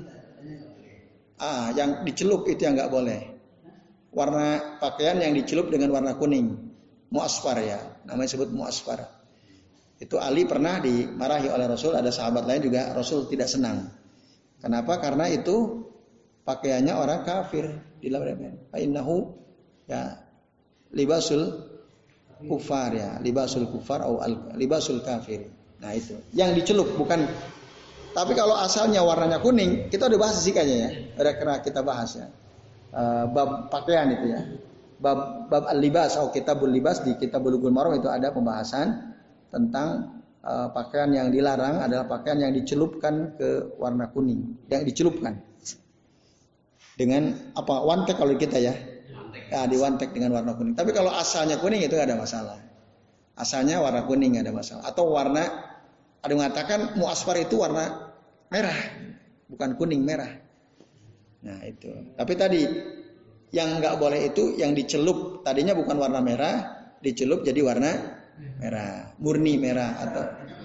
Yang dicelup itu yang nggak boleh. Warna pakaian yang dicelup dengan warna kuning, mu'asfar, ya, namanya disebut mu'asfar. Itu Ali pernah dimarahi oleh Rasul, ada sahabat lain juga Rasul tidak senang. Kenapa? Karena itu pakaiannya orang kafir di dalam fa innahu ya libasul kufar ya, libasul kufar atau libasul kafir. Nah itu yang dicelup bukan. Tapi kalau asalnya warnanya kuning, kita udah bahas sih kayaknya ya. Udah kena kita bahas ya. Bab pakaian itu ya. Bab al-libas atau kitabul libas di kitab Bulughul Maram itu ada pembahasan tentang pakaian yang dilarang adalah pakaian yang dicelupkan ke warna kuning, yang dicelupkan dengan apa wantek kalau kita ya. Ya, diwantek dengan warna kuning. Tapi kalau asalnya kuning itu nggak ada masalah. Asalnya warna kuning nggak ada masalah. Atau warna, ada yang mengatakan muasfar itu warna merah, bukan kuning merah. Nah itu. Tapi tadi yang nggak boleh itu yang dicelup. Tadinya bukan warna merah, dicelup jadi warna merah, murni merah atau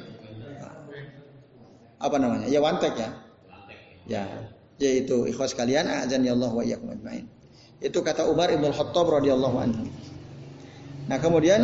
apa namanya? Ya wantek ya. Ya, yaitu ikhwas kalian, a'azani Allah wa iyyakum ajmain. Itu kata Umar Ibn Khattab radhiyallahu anhu. Nah kemudian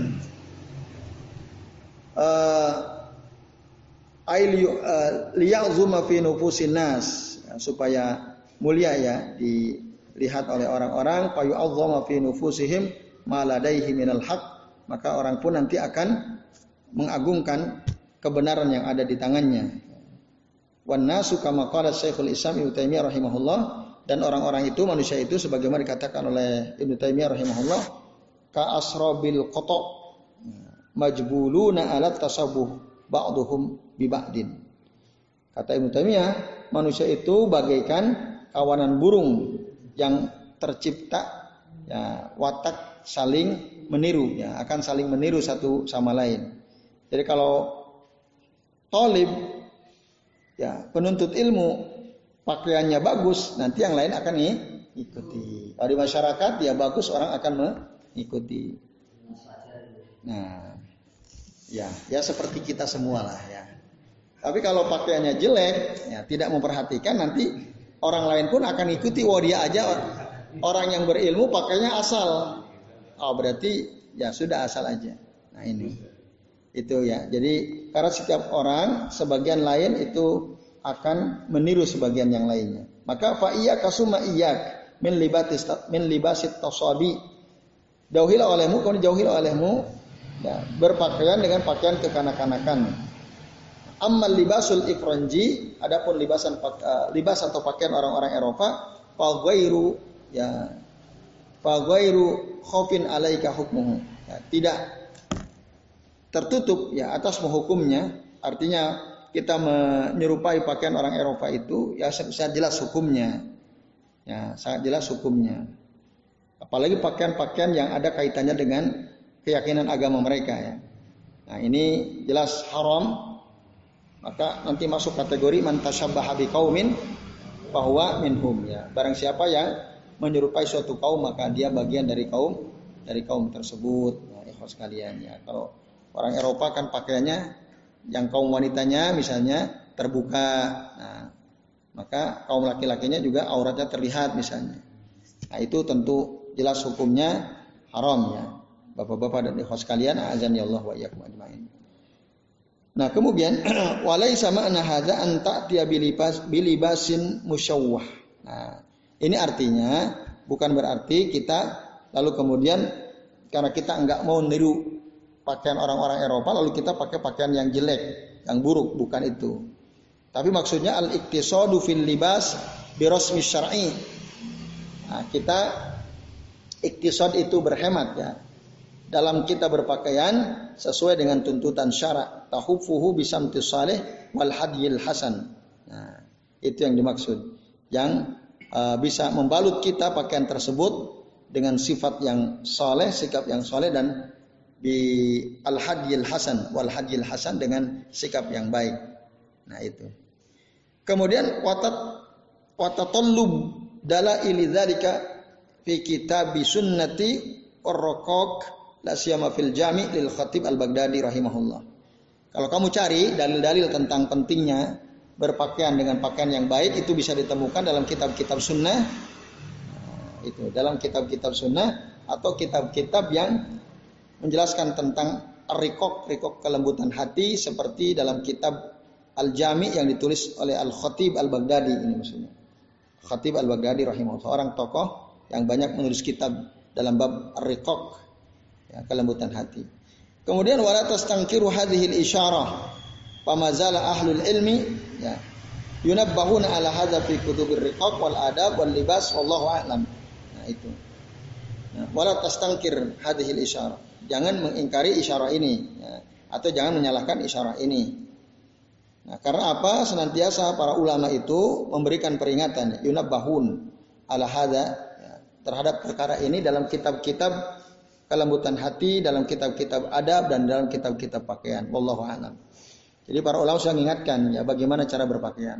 liya'zuma fi nufusin nas, supaya mulia ya dilihat oleh orang-orang, fayu'azzama fi nufusihim ma ladaihi minal haq, maka orang pun nanti akan mengagungkan kebenaran yang ada di tangannya. Wan nasu kama qala Syekhul Islam Ibnu Taimiyah rahimahullah, dan orang-orang itu, manusia itu sebagaimana dikatakan oleh Ibnu Taimiyah rahimahullah, ka asrabil qata majbuluna ala tasabbuh ba'duhum bi ba'din. Kata Ibnu Taimiyah, manusia itu bagaikan kawanan burung yang tercipta ya watak saling meniru ya, akan saling meniru satu sama lain. Jadi kalau talib ya penuntut ilmu pakaiannya bagus, nanti yang lain akan ikuti. Kalau di masyarakat ya bagus, orang akan mengikuti. Nah, ya seperti kita semua lah ya. Tapi kalau pakaiannya jelek, ya tidak memperhatikan, nanti orang lain pun akan ikuti. Wah dia aja orang yang berilmu pakainya asal. Oh berarti ya sudah asal aja. Nah ini itu ya. Jadi karena setiap orang sebagian lain itu akan meniru sebagian yang lainnya. Maka fa iyyaka summa iyyak min libasit tasabi. Jauhilah olehmu, kau dijauhilah olehmu ya, berpakaian dengan pakaian kekanak-kanakan. Ammal libasul ifranji, adapun libas atau pakaian orang-orang Eropa, fa ghairu khaufin alaika hukmuhu. Ya, tidak tertutup ya atasmu hukumnya, artinya kita menyerupai pakaian orang Eropa itu ya sangat jelas hukumnya. Ya, sangat jelas hukumnya. Apalagi pakaian-pakaian yang ada kaitannya dengan keyakinan agama mereka ya. Nah, ini jelas haram. Maka nanti masuk kategori man tasyabbaha biqaumin fahuwa minhum ya. Barang siapa yang menyerupai suatu kaum maka dia bagian dari kaum tersebut. Nah, ikhwas sekalian ya. Kalau orang Eropa kan pakaiannya yang kaum wanitanya misalnya terbuka, nah, maka kaum laki-lakinya juga auratnya terlihat misalnya. Nah itu tentu jelas hukumnya haram ya. Bapak-bapak dan ikhwas sekalian, a'azani Allah wa iyyakum ajmain. Nah kemudian walaisa ma'na hadza an ta'tiya bilibasin musyawwah. Nah ini artinya bukan berarti kita lalu kemudian karena kita enggak mau niru pakaian orang-orang Eropa lalu kita pakai pakaian yang jelek, yang buruk, bukan itu. Tapi maksudnya al-iktisadu fil libas bi rasmi syar'i. Nah, kita iktisad itu berhemat ya. Dalam kita berpakaian sesuai dengan tuntutan syarak, tahufuhu bisamti salih wal hadiyil hasan. Nah, itu yang dimaksud. Yang bisa membalut kita pakaian tersebut dengan sifat yang saleh, sikap yang saleh dan bi al-hadiyil hasan wal hadiyil hasan dengan sikap yang baik. Nah itu. Kemudian watatallub dalail dzalika fi kitab sunnati ar-raqaq la siyama fil jami' lil khatib al-Baghdadi rahimahullah. Kalau kamu cari dalil-dalil tentang pentingnya berpakaian dengan pakaian yang baik itu bisa ditemukan dalam kitab-kitab sunnah. Nah, itu dalam kitab-kitab sunnah atau kitab-kitab yang menjelaskan tentang rikok kelembutan hati seperti dalam kitab Al-Jami' yang ditulis oleh Al-Khatib Al-Baghdadi ini maksudnya. Khatib Al-Baghdadi rahimahullah, seorang tokoh yang banyak menulis kitab dalam bab ar-riqaq, ya, kelembutan hati. Kemudian wala tastangkiru hadhil isyarah pamazala ahlul ilmi, ya, yunabbahuna ala hadza fi kutubir riqaq wal adab wal libas wallahu a'lam. Nah itu. Nah, wala tastangkir hadhil isyarah. Jangan mengingkari isyarah ini, ya, atau jangan menyalahkan isyarah ini. Nah, karena apa? Senantiasa para ulama itu memberikan peringatan, yunabbahun ala hadza, ya, terhadap perkara ini dalam kitab-kitab kelembutan hati, dalam kitab-kitab adab dan dalam kitab-kitab pakaian. Wallahu a'lam. Jadi para ulama sudah mengingatkan, ya, bagaimana cara berpakaian.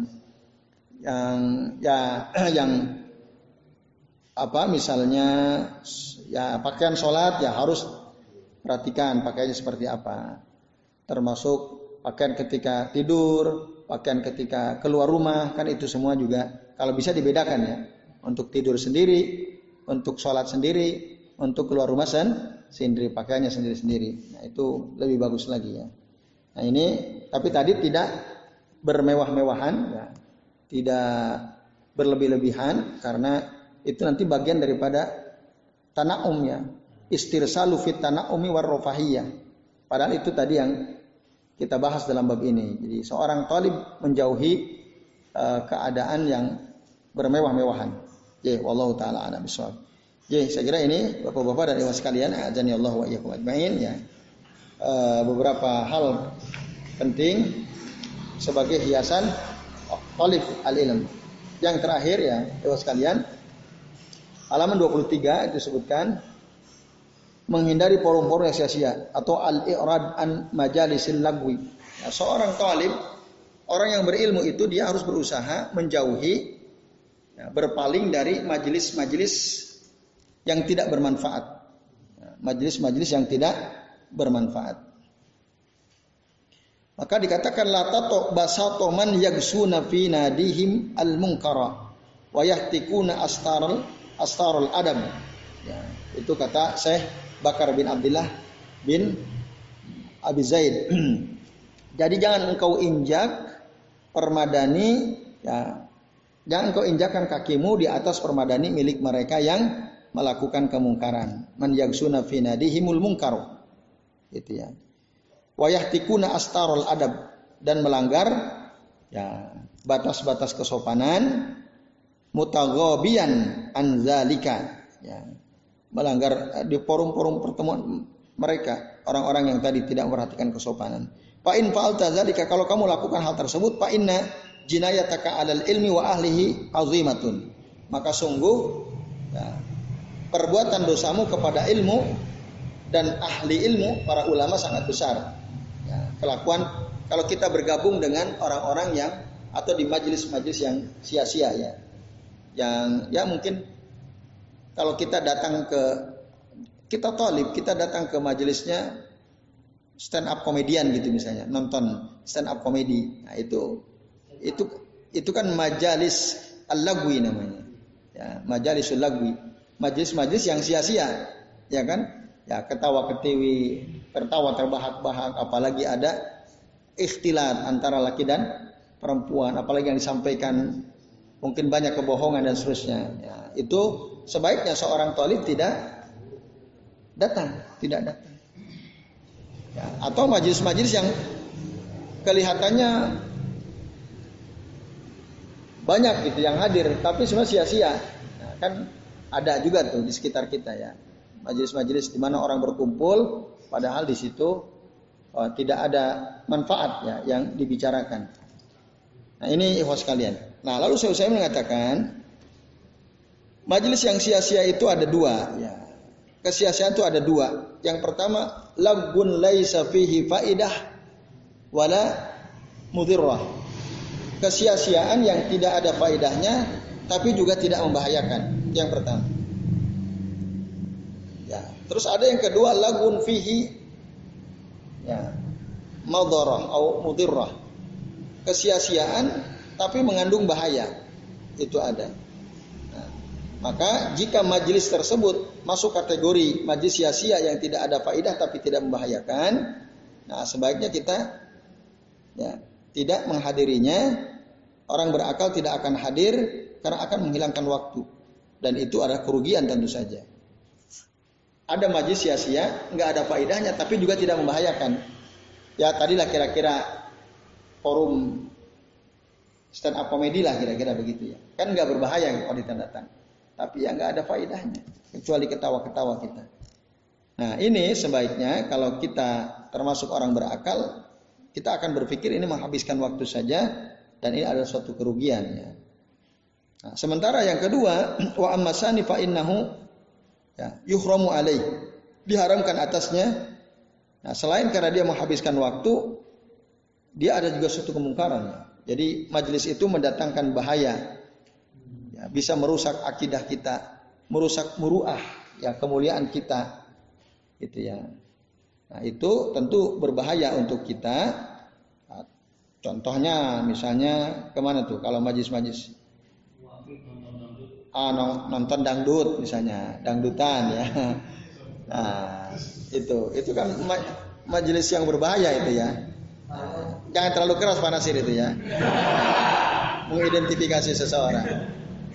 Yang apa misalnya, ya, pakaian sholat, ya harus perhatikan pakaiannya seperti apa. Termasuk pakaian ketika tidur, pakaian ketika keluar rumah, kan itu semua juga kalau bisa dibedakan, ya. Untuk tidur sendiri, untuk sholat sendiri, untuk keluar rumah sendiri, pakaiannya sendiri-sendiri. Nah itu lebih bagus lagi, ya. Nah ini, tapi tadi tidak bermewah-mewahan, ya. Tidak berlebih-lebihan, karena itu nanti bagian daripada tana'um, ya. Istirsalu fit tana'umi warrofahiyah. Padahal itu tadi yang kita bahas dalam bab ini. Jadi seorang talib menjauhi keadaan yang bermewah-mewahan. Ya, wallahu taala a'lam bishawab. Ya, saya kira ini Bapak-bapak dan Ibu sekalian, azani Allah wa iyyakum ajmain, ya. Beberapa hal penting sebagai hiasan talib al-ilm. Yang terakhir, ya, Ibu sekalian, halaman 23 itu disebutkan menghindari forum-forum yang sia-sia atau al-i'rad an majalisil lagwi. Nah, seorang talib, orang yang berilmu itu dia harus berusaha menjauhi, ya, berpaling dari majelis-majelis yang tidak bermanfaat. Majelis-majelis yang tidak bermanfaat. Maka dikatakan la tato basato man yagsuna fi nadihim al-munkara wa yahtikuna astarul adam. Ya, itu kata Syekh Bakar bin Abdullah bin Abi Zaid. Jadi jangan engkau injak permadani, ya, jangan engkau injakkan kakimu di atas permadani milik mereka yang melakukan kemungkaran. Man yagsuna fi nadihimul munkar. Itu, ya. Wa yahtikuna astarul adab, dan melanggar, ya, batas-batas kesopanan, mutaghabiyan an zalika, ya. Melanggar di forum-forum pertemuan mereka, orang-orang yang tadi tidak memperhatikan kesopanan. Fa in fa'alta dzalika, kalau kamu lakukan hal tersebut, fa inna jinayataka 'alal ilmi wa ahlihi azimatun. Maka sungguh, ya, perbuatan dosamu kepada ilmu dan ahli ilmu, para ulama, sangat besar. Ya, kelakuan kalau kita bergabung dengan orang-orang yang atau di majelis-majelis yang sia-sia, ya. Yang, ya, mungkin kalau kita datang kita talib, kita datang ke majelisnya stand up komedian gitu misalnya, nonton stand up komedi. Nah, itu kan majalis al-lagwi namanya. Ya, majalisul lagwi. Majelis-majelis yang sia-sia, ya kan? Ya, ketawa ketiwi, tertawa terbahak-bahak, apalagi ada ikhtilat antara laki dan perempuan, apalagi yang disampaikan mungkin banyak kebohongan dan seterusnya. Ya, itu sebaiknya seorang talib tidak datang. Ya, atau majelis-majelis yang kelihatannya banyak gitu yang hadir, tapi semua sia-sia. Nah, kan ada juga tuh di sekitar kita, ya. Majelis-majelis di mana orang berkumpul, padahal di situ tidak ada manfaat, ya, yang dibicarakan. Nah, ini ikhwas sekalian. Nah, lalu saya mengatakan majelis yang sia-sia itu ada dua, ya. Kesia-siaan itu ada dua. Yang pertama, lagun laisa fihi faidah wala mudhirrah. Kesia-siaan yang tidak ada faedahnya tapi juga tidak membahayakan. Yang pertama. Ya, terus ada yang kedua, lagun fihi, ya, madharah atau mudhirrah. Kesia-siaan tapi mengandung bahaya. Itu ada. Maka jika majelis tersebut masuk kategori majelis sia-sia yang tidak ada faedah tapi tidak membahayakan, nah sebaiknya kita, ya, tidak menghadirinya Orang berakal tidak akan hadir karena akan menghilangkan waktu. Dan itu adalah kerugian tentu saja. Ada majlis sia-sia, nggak ada faedahnya, tapi juga tidak membahayakan. Ya tadilah kira-kira forum stand up komedi lah kira-kira begitu ya. Kan nggak berbahaya kalau datang. Tapi ya nggak ada faedahnya. Kecuali ketawa-ketawa kita. Nah ini sebaiknya kalau kita termasuk orang berakal, kita akan berpikir ini menghabiskan waktu saja. Dan ini adalah suatu kerugian ya. Nah, sementara yang kedua, wa ammasani fa innahu ya, yuhramu alaih. Diharamkan atasnya. Nah, selain karena dia menghabiskan waktu, dia ada juga suatu kemungkaran. Ya. Jadi majelis itu mendatangkan bahaya. Ya, bisa merusak akidah kita, merusak muruah, ya kemuliaan kita. Gitu ya. Nah, itu tentu berbahaya untuk kita. Nah, contohnya misalnya kemana tuh kalau majelis-majelis? Nonton dangdut misalnya, dangdutan ya. Nah, itu kan majelis yang berbahaya itu ya. Jangan terlalu keras Pak Nasir itu ya. Mengidentifikasi seseorang.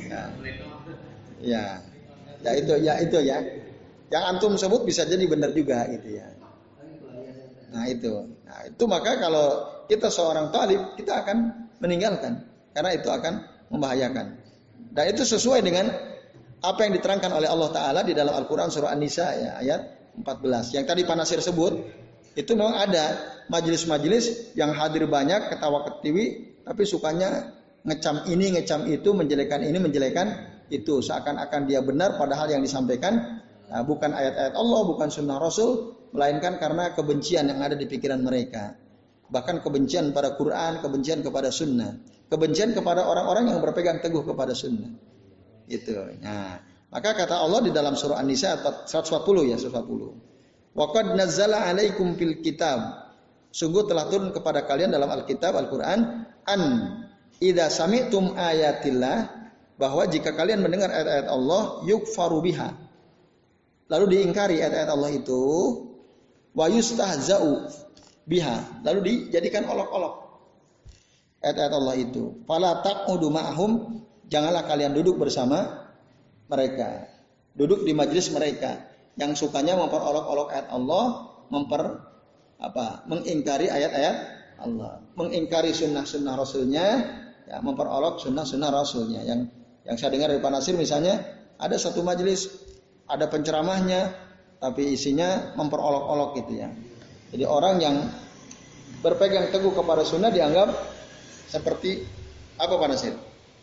Ya. Itu ya. Yang antum sebut bisa jadi benar juga gitu ya. Nah, itu maka kalau kita seorang talib, kita akan meninggalkan karena itu akan membahayakan. Dan itu sesuai dengan apa yang diterangkan oleh Allah Ta'ala di dalam Al-Quran surah An-Nisa ya, ayat 14. Yang tadi Pak Nasir sebut, itu memang ada majelis-majelis yang hadir banyak, ketawa ketiwi, tapi sukanya ngecam ini, ngecam itu, menjelekan ini, menjelekan itu. Seakan-akan dia benar padahal yang disampaikan bukan ayat-ayat Allah, bukan sunnah Rasul, melainkan karena kebencian yang ada di pikiran mereka. Bahkan kebencian pada Quran, kebencian kepada sunnah. Kebencian kepada orang-orang yang berpegang teguh kepada sunnah. Itu. Nah, maka kata Allah di dalam surah An-Nisa 140 ya, 140. Wa qad nazzala 'alaikum fil kitab. Sungguh telah turun kepada kalian dalam Alkitab Al-Qur'an an idza sami'tum ayatillah, bahwa jika kalian mendengar ayat-ayat Allah yukfaru biha. Lalu diingkari ayat-ayat Allah itu, wa yustahza'u biha, lalu dijadikan olok-olok ayat-ayat Allah itu. Fala taqudu ma'hum, janganlah kalian duduk bersama mereka. Duduk di majelis mereka yang sukanya memperolok-olok ayat Allah, mengingkari ayat-ayat Allah, mengingkari sunnah-sunnah Rasulnya, ya, memperolok sunnah-sunnah Rasulnya. Yang saya dengar dari Pak Nasir misalnya, ada satu majelis, ada penceramahnya, tapi isinya memperolok-olok gitu ya. Jadi orang yang berpegang teguh kepada sunnah dianggap seperti apa Pak Nasir?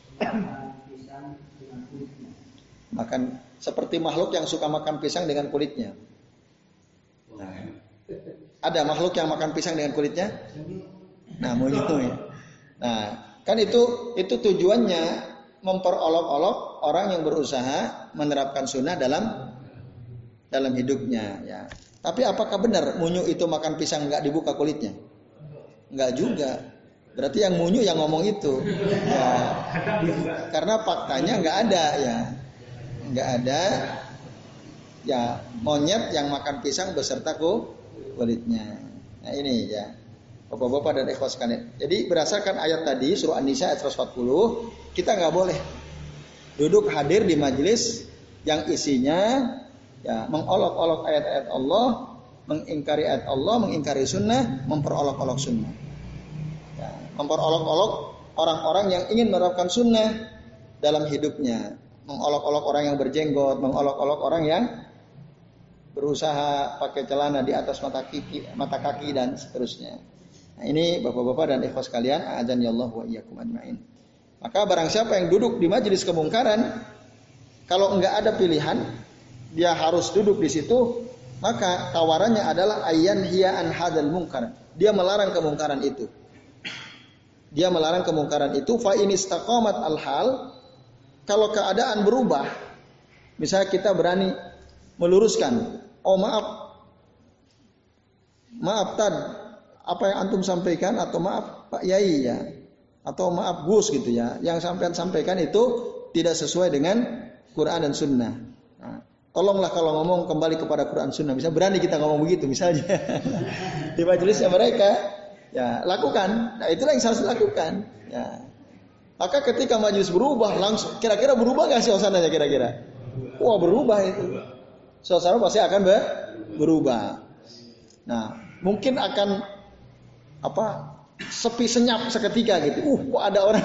Makan seperti makhluk yang suka makan pisang dengan kulitnya. Nah, ada makhluk yang makan pisang dengan kulitnya? Nah, monyet ya. Nah, kan itu tujuannya memperolok-olok orang yang berusaha menerapkan sunnah dalam hidupnya. Ya. Tapi apakah benar munyu itu makan pisang nggak dibuka kulitnya? Nggak juga. Berarti yang munyu yang ngomong itu. Ya. Karena faktanya nggak ada ya. Nggak ada ya monyet yang makan pisang beserta kulitnya. Nah ini ya. Bapak-bapak dan ikhwas sekalian. Jadi berdasarkan ayat tadi surah An-Nisa ayat 140, kita nggak boleh duduk hadir di majelis yang isinya ya mengolok-olok ayat-ayat Allah, mengingkari ayat Allah, mengingkari sunnah, memperolok-olok sunnah. Ya, memperolok-olok orang-orang yang ingin menerapkan sunnah dalam hidupnya, mengolok-olok orang yang berjenggot, mengolok-olok orang yang berusaha pakai celana di atas mata kaki dan seterusnya. Nah, ini bapak-bapak dan ikhwas sekalian, a'adzani Allah wa iyyakum ajmain. Maka barang siapa yang duduk di majelis kemungkaran, kalau enggak ada pilihan, dia harus duduk di situ, maka tawarannya adalah ayyan hiya an hadzal munkar. Dia melarang kemungkaran itu. Dia melarang kemungkaran itu fa in istaqamat al-hal, kalau keadaan berubah, misalnya kita berani meluruskan, oh maaf Tad, apa yang antum sampaikan, atau maaf Pak Yai ya, atau maaf Gus gitu ya, yang sampean sampaikan itu tidak sesuai dengan Quran dan Sunnah. Nah, tolonglah kalau ngomong kembali kepada Quran Sunnah. Bisa berani kita ngomong begitu misalnya di majelisnya mereka, ya lakukan. Nah itulah yang harus dilakukan. Ya. Maka ketika majelis berubah langsung, kira-kira berubah nggak suasananya kira-kira? Wah berubah itu. Suasana pasti akan berubah. Nah mungkin akan sepi senyap seketika gitu. Kok ada orang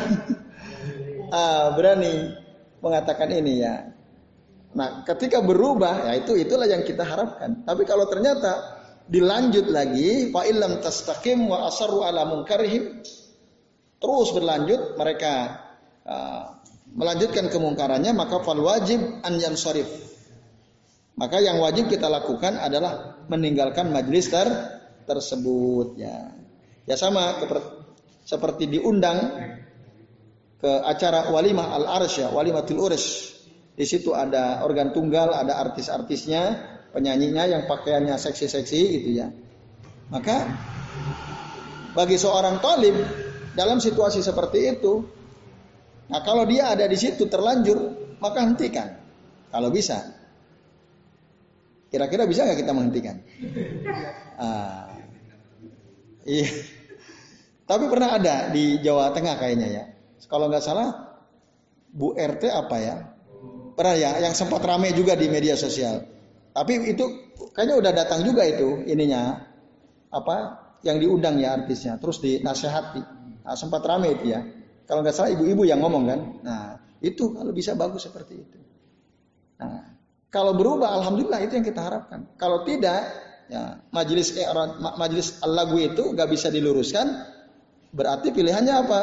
berani mengatakan ini ya. Nah ketika berubah ya itulah yang kita harapkan. Tapi kalau ternyata dilanjut lagi, fa illam tastaqim wa asarru ala munkarihim, terus berlanjut mereka melanjutkan kemungkarannya, maka fal wajib an yansharif. Maka yang wajib kita lakukan adalah meninggalkan majelis tersebut ya. Ya sama seperti diundang ke acara walimah al-arsy ya, walimatul urs. Di situ ada organ tunggal, ada artis-artisnya, penyanyinya yang pakaiannya seksi-seksi gitu ya. Maka bagi seorang thalib dalam situasi seperti itu, nah kalau dia ada di situ terlanjur, maka hentikan. Kalau bisa. Kira-kira bisa nggak kita menghentikan? Iya. Tapi pernah ada di Jawa Tengah kayaknya ya. Kalau nggak salah, Bu RT apa ya? Pernah ya, yang sempat ramai juga di media sosial. Tapi itu kayaknya udah datang juga itu ininya. Yang diundang ya artisnya. Terus dinasehati. Nah, sempat ramai itu ya. Kalau nggak salah ibu-ibu yang ngomong kan. Nah itu kalau bisa bagus seperti itu. Nah kalau berubah alhamdulillah itu yang kita harapkan. Kalau tidak ya majelis al-lagwi itu nggak bisa diluruskan. Berarti pilihannya apa?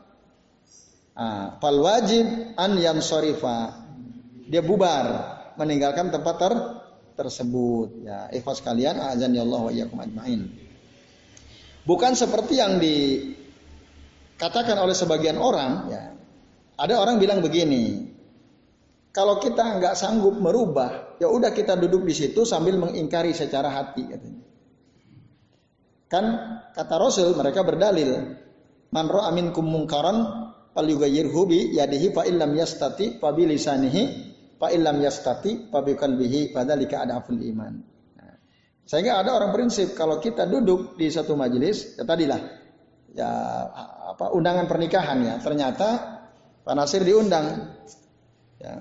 Fal wajib an yansarifa. Dia bubar, meninggalkan tempat tersebut. Ya, ikhwas kalian, azani Allah wa iyyakum ajmain. Bukan seperti yang dikatakan oleh sebagian orang, ya. Ada orang bilang begini, kalau kita nggak sanggup merubah, ya udah kita duduk di situ sambil mengingkari secara hati, katanya. Kan kata Rasul, mereka berdalil, man ra'a minkum munkaran falyughayyirhu bi yadihi fa illam yastati fa bi lisanihi fa illam yastati fa bi qalbihi fadzalika adaful iman. Nah, sehingga ada orang prinsip kalau kita duduk di satu majelis, ya tadilah ya undangan pernikahan ya, ternyata Pak Nasir diundang. Ya.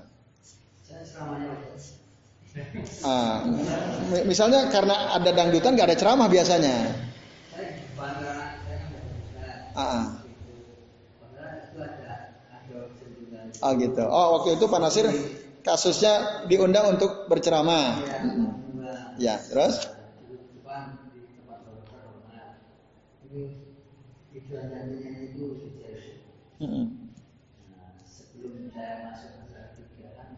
Misalnya karena ada dangdutan nggak ada ceramah biasanya. Oh gitu. Oh waktu itu Pak Nasir kasusnya diundang untuk berceramah. Ya terus? Sebelum saya masuk ke kegiatan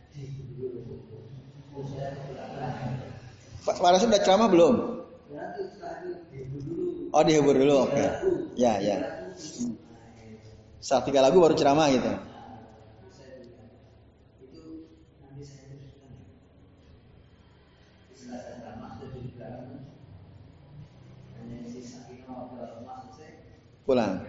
Pak Nasir udah ceramah belum? Oh dihibur dulu, oke. Ya. Saat 3 lagu baru ceramah gitu. Pulang.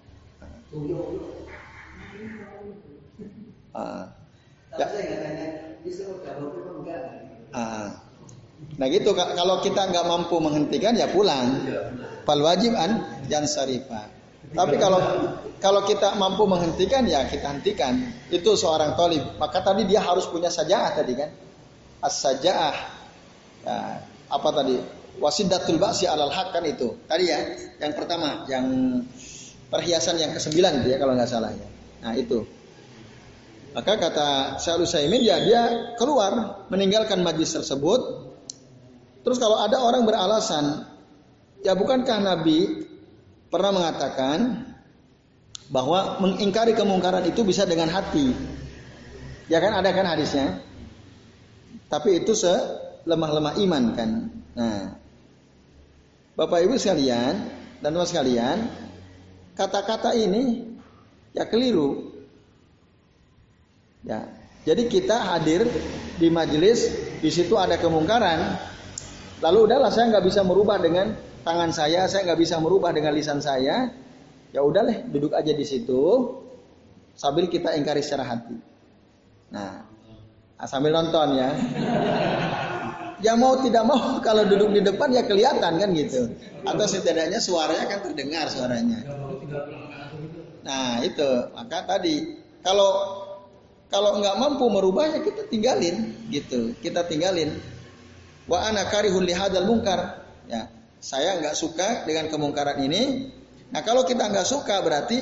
Nah gitu, kalau kita nggak mampu menghentikan ya pulang. Fal wajib an yansarifa. Tapi kalau kita mampu menghentikan ya kita hentikan. Itu seorang thalib. Maka tadi dia harus punya sajaah tadi kan. As-sajaah. Ya, apa tadi? Wasidatul ba'si alal haq kan itu. Tadi ya, yang pertama, yang perhiasan yang ke-9 gitu ya kalau nggak salah ya. Nah, itu. Maka kata Syaikhul Utsaimin ya dia keluar meninggalkan majlis tersebut. Terus kalau ada orang beralasan, ya bukankah Nabi pernah mengatakan bahwa mengingkari kemungkaran itu bisa dengan hati. Ya kan ada kan hadisnya. Tapi itu selemah-lemah iman kan. Nah, Bapak Ibu sekalian dan teman sekalian, kata-kata ini ya keliru. Ya, jadi kita hadir di majelis, di situ ada kemungkaran, lalu udahlah saya nggak bisa merubah dengan tangan saya nggak bisa merubah dengan lisan saya, ya udahlah duduk aja di situ, sambil kita ingkari secara hati. Nah, sambil nonton ya. Ya mau tidak mau kalau duduk di depan ya kelihatan kan gitu, atau setidaknya suaranya kan terdengar suaranya. Nah itu, maka tadi kalau nggak mampu merubahnya kita tinggalin, gitu. Kita tinggalin. Wa ana karihun lihadzal munkar. Ya, saya nggak suka dengan kemungkaran ini. Nah kalau kita nggak suka berarti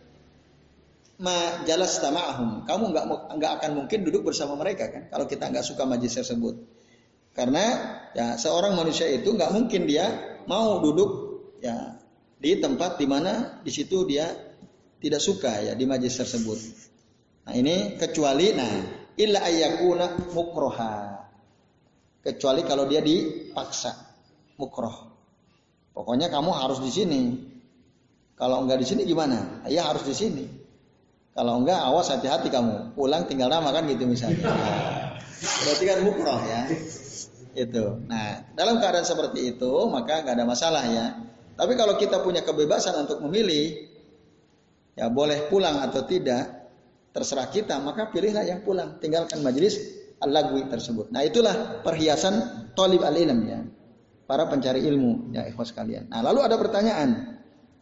ma jalasta ma'ahum. Kamu nggak akan mungkin duduk bersama mereka kan? Kalau kita nggak suka majlis tersebut. Karena ya seorang manusia itu nggak mungkin dia mau duduk ya di tempat di mana di situ dia tidak suka ya di majlis tersebut. Nah ini kecuali illa ayyakuna mukroha. Kecuali kalau dia dipaksa mukroh. Pokoknya kamu harus di sini. Kalau enggak di sini gimana? Ya harus di sini. Kalau enggak awas hati-hati kamu. Pulang tinggal nama kan gitu misalnya. Nah, berarti kan mukroh ya. Itu. Nah, dalam keadaan seperti itu maka nggak ada masalah ya. Tapi kalau kita punya kebebasan untuk memilih, ya boleh pulang atau tidak, terserah kita. Maka pilihlah yang pulang, tinggalkan majelis al-lagwi tersebut. Nah, itulah perhiasan thalib al-ilm ya, para pencari ilmu ya ikhwas sekalian. Nah, lalu ada pertanyaan,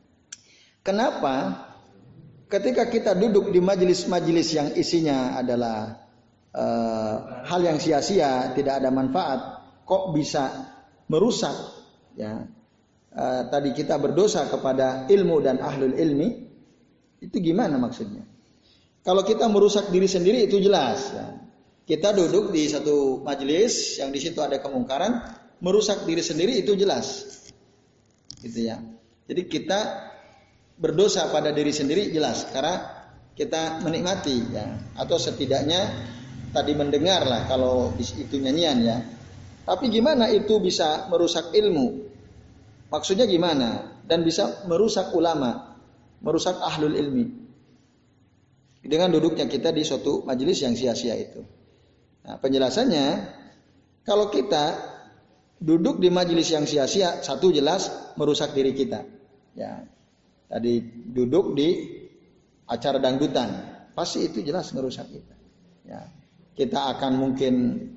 kenapa ketika kita duduk di majelis-majelis yang isinya adalah hal yang sia-sia, tidak ada manfaat, kok bisa merusak ya tadi kita berdosa kepada ilmu dan ahlul ilmi? Itu gimana maksudnya? Kalau kita merusak diri sendiri itu jelas ya. Kita duduk di satu majelis yang di situ ada kemungkaran, merusak diri sendiri itu jelas gitu ya. Jadi kita berdosa pada diri sendiri jelas karena kita menikmati ya, atau setidaknya tadi mendengar lah kalau itu nyanyian ya. Tapi gimana itu bisa merusak ilmu? Maksudnya gimana? Dan bisa merusak ulama, merusak ahlul ilmi. Dengan duduknya kita di suatu majelis yang sia-sia itu. Nah, penjelasannya, kalau kita duduk di majelis yang sia-sia, satu jelas merusak diri kita. Ya, tadi duduk di acara dangdutan, pasti itu jelas merusak kita. Ya, kita akan mungkin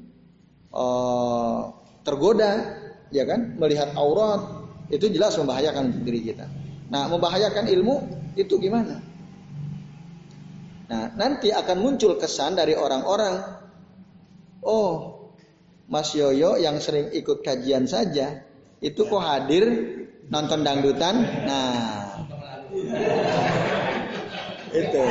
tergoda, ya kan, melihat aurat. Itu jelas membahayakan untuk diri kita. Nah, membahayakan ilmu itu gimana? Nah, nanti akan muncul kesan dari orang-orang, oh, Mas Yoyo yang sering ikut kajian saja, itu kok hadir nonton dangdutan? Nah, itu.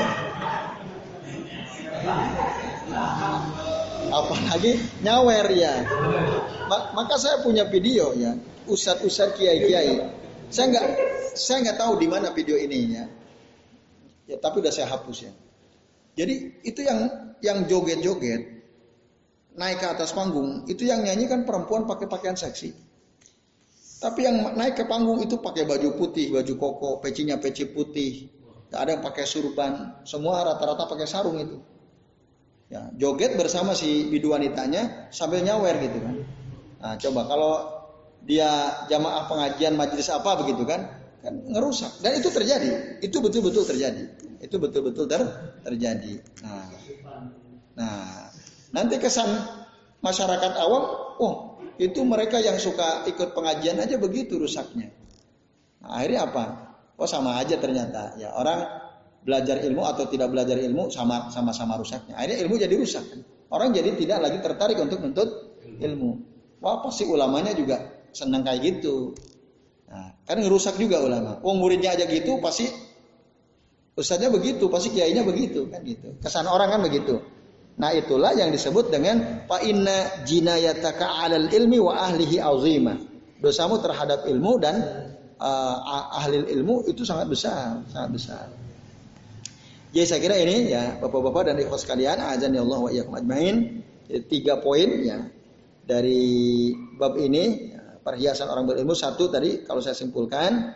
Apalagi nyawer ya. Maka saya punya video ya. Ustadz kiai-kiai. Saya nggak tahu di mana video ini ya. Ya tapi udah saya hapus ya. Jadi itu yang joget-joget naik ke atas panggung itu yang nyanyi kan perempuan pakai pakaian seksi. Tapi yang naik ke panggung itu pakai baju putih, baju koko, pecinya peci putih. Gak ada yang pakai surban, semua rata-rata pakai sarung itu. Ya, joget bersama si bidu wanitanya sambil nyawer gitu kan. Nah, coba kalau dia jamaah pengajian majelis apa begitu kan ngerusak. Dan itu terjadi. Itu betul-betul terjadi. Itu betul-betul terjadi. Nah, nanti kesan masyarakat awam, oh itu mereka yang suka ikut pengajian aja begitu rusaknya. Nah, akhirnya apa? Oh sama aja ternyata. Ya orang belajar ilmu atau tidak belajar ilmu sama-sama rusaknya. Akhirnya ilmu jadi rusak. Orang jadi tidak lagi tertarik untuk menuntut ilmu. Wah pasti ulamanya juga senang kayak gitu. Nah, kan ngerusak juga ulama. Oh muridnya aja gitu, pasti ustadznya begitu, pasti kiainya begitu kan gitu. Kesan orang kan begitu. Nah itulah yang disebut dengan fa inna jinayataka 'alal ilmi wa ahlihi azimah. Dosamu terhadap ilmu dan ahli ilmu itu sangat besar, sangat besar. Jadi saya kira ini ya Bapak-bapak dan ikhwas sekalian, azani Allah wa iyyakum ajmain. 3 poin ya dari bab ini, perhiasan orang berilmu. 1 tadi kalau saya simpulkan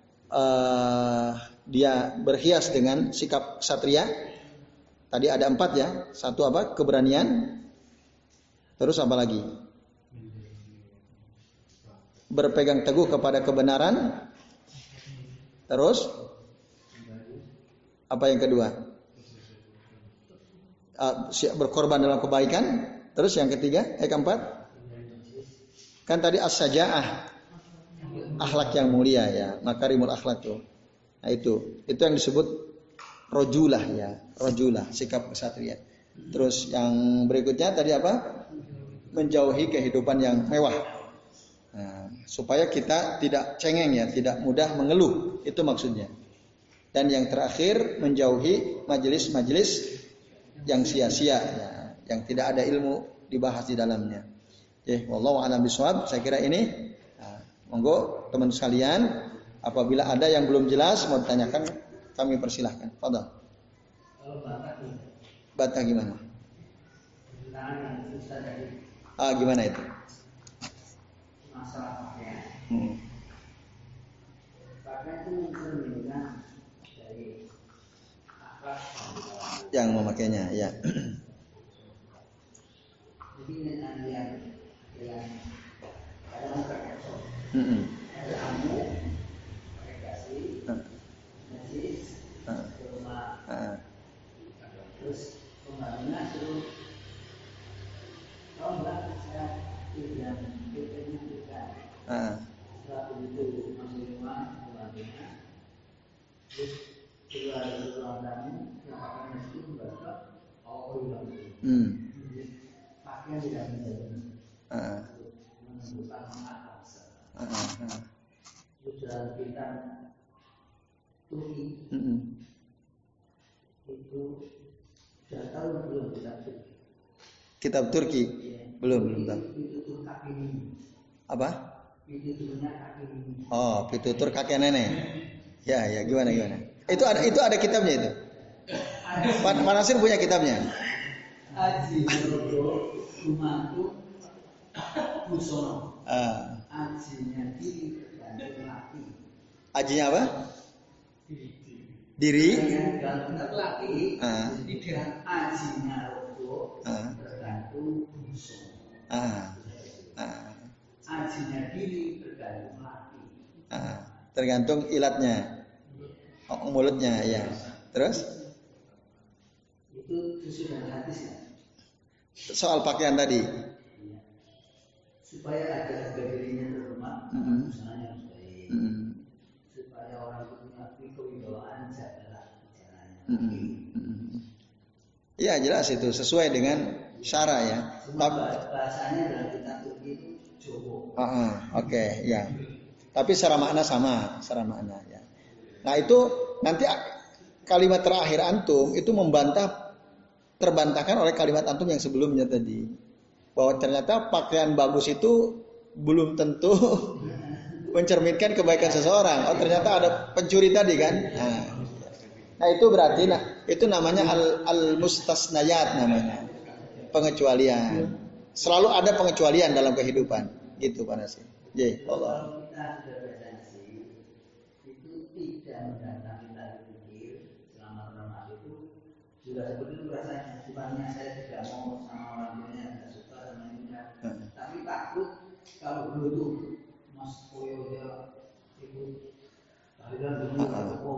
dia berhias dengan sikap ksatria. Tadi ada 4 ya. 1 apa? Keberanian. Terus apa lagi? Berpegang teguh kepada kebenaran. Terus apa yang kedua? Berkorban dalam kebaikan. Terus yang ketiga, keempat? Kan tadi as-sajaah, akhlak yang mulia ya, makarimul akhlak tuh. Nah itu yang disebut rojulah ya, rojulah sikap kesatria. Terus yang berikutnya tadi apa? Menjauhi kehidupan yang mewah. Nah, supaya kita tidak cengeng ya, tidak mudah mengeluh, itu maksudnya. Dan yang terakhir menjauhi majelis-majelis yang sia-sia ya, yang tidak ada ilmu dibahas di dalamnya. Oke, wallahu a'lam bishawab. Saya kira ini. Nah, monggo teman sekalian, apabila ada yang belum jelas mau ditanyakan, kami persilahkan. Fadhal. Kalau Bata gimana? Tangan yang susah dari Gimana itu? masalah pakaian. Pakaian itu mencerminkan dari akhlak Yang memakainya, ya. Jadi yang kadang pakai sok, ada amu, pakai kasih, najis, rumah, terus pembangunan suruh kalau enggak saya tidak kita setelah begitu masuk rumah pembangunan, terus keluar dari ruang tamu yang akan masuk membaca Allah pakaian tidak menjadi menentukan mengaksa. Sudah kita Turki itu sudah tahu belum kitab Turki? Kitab Turki? Ya. Belum tahu. Pitutur kakek nenek. Apa? Pituturnya kakek nenek. Oh, pitutur kakek nenek. Ya, gimana? Itu ada kitabnya itu. Pak Nasir punya kitabnya. Aji Rodo Rumahku Busono. Ajinya diri tergantung laki. Ajinya apa? Diri. Tergantung laki. Jadi dengan ajinya Rodo tergantung Busono. Ajinya diri tergantung laki. Tergantung ilatnya. Mulutnya ya. Terus? Itu sesudah hadis ya. Soal pakaian tadi. Ya. Supaya ada harga dirinya terhormat, usahanya harus baik. Supaya orang itu mengakui kewibawaan jagalah jalannya. Iya jelas itu sesuai dengan syara ya. Bahasanya dalam kitab Turki itu Jowo. Oke, ya. Tapi secara makna sama, secara makna ya. Nah itu nanti kalimat terakhir antum itu terbantahkan oleh kalimat antum yang sebelumnya tadi, bahwa ternyata pakaian bagus itu belum tentu mencerminkan kebaikan seseorang. Oh ternyata ada pencuri tadi kan. Nah itu berarti itu namanya al-mustasnayat namanya, pengecualian. Selalu ada pengecualian dalam kehidupan, gitu Pak Nasir. Allah. Kalau kita sudah berjanji itu tidak mendatangi tadi pikir selama Ramadan itu sudah seperti itu rasanya. Bukannya saya tidak mau sama orang tuanya, tidak suka sama ibunya, tapi takut kalau dulu Mas Koyo dia ikut tahlilan dulu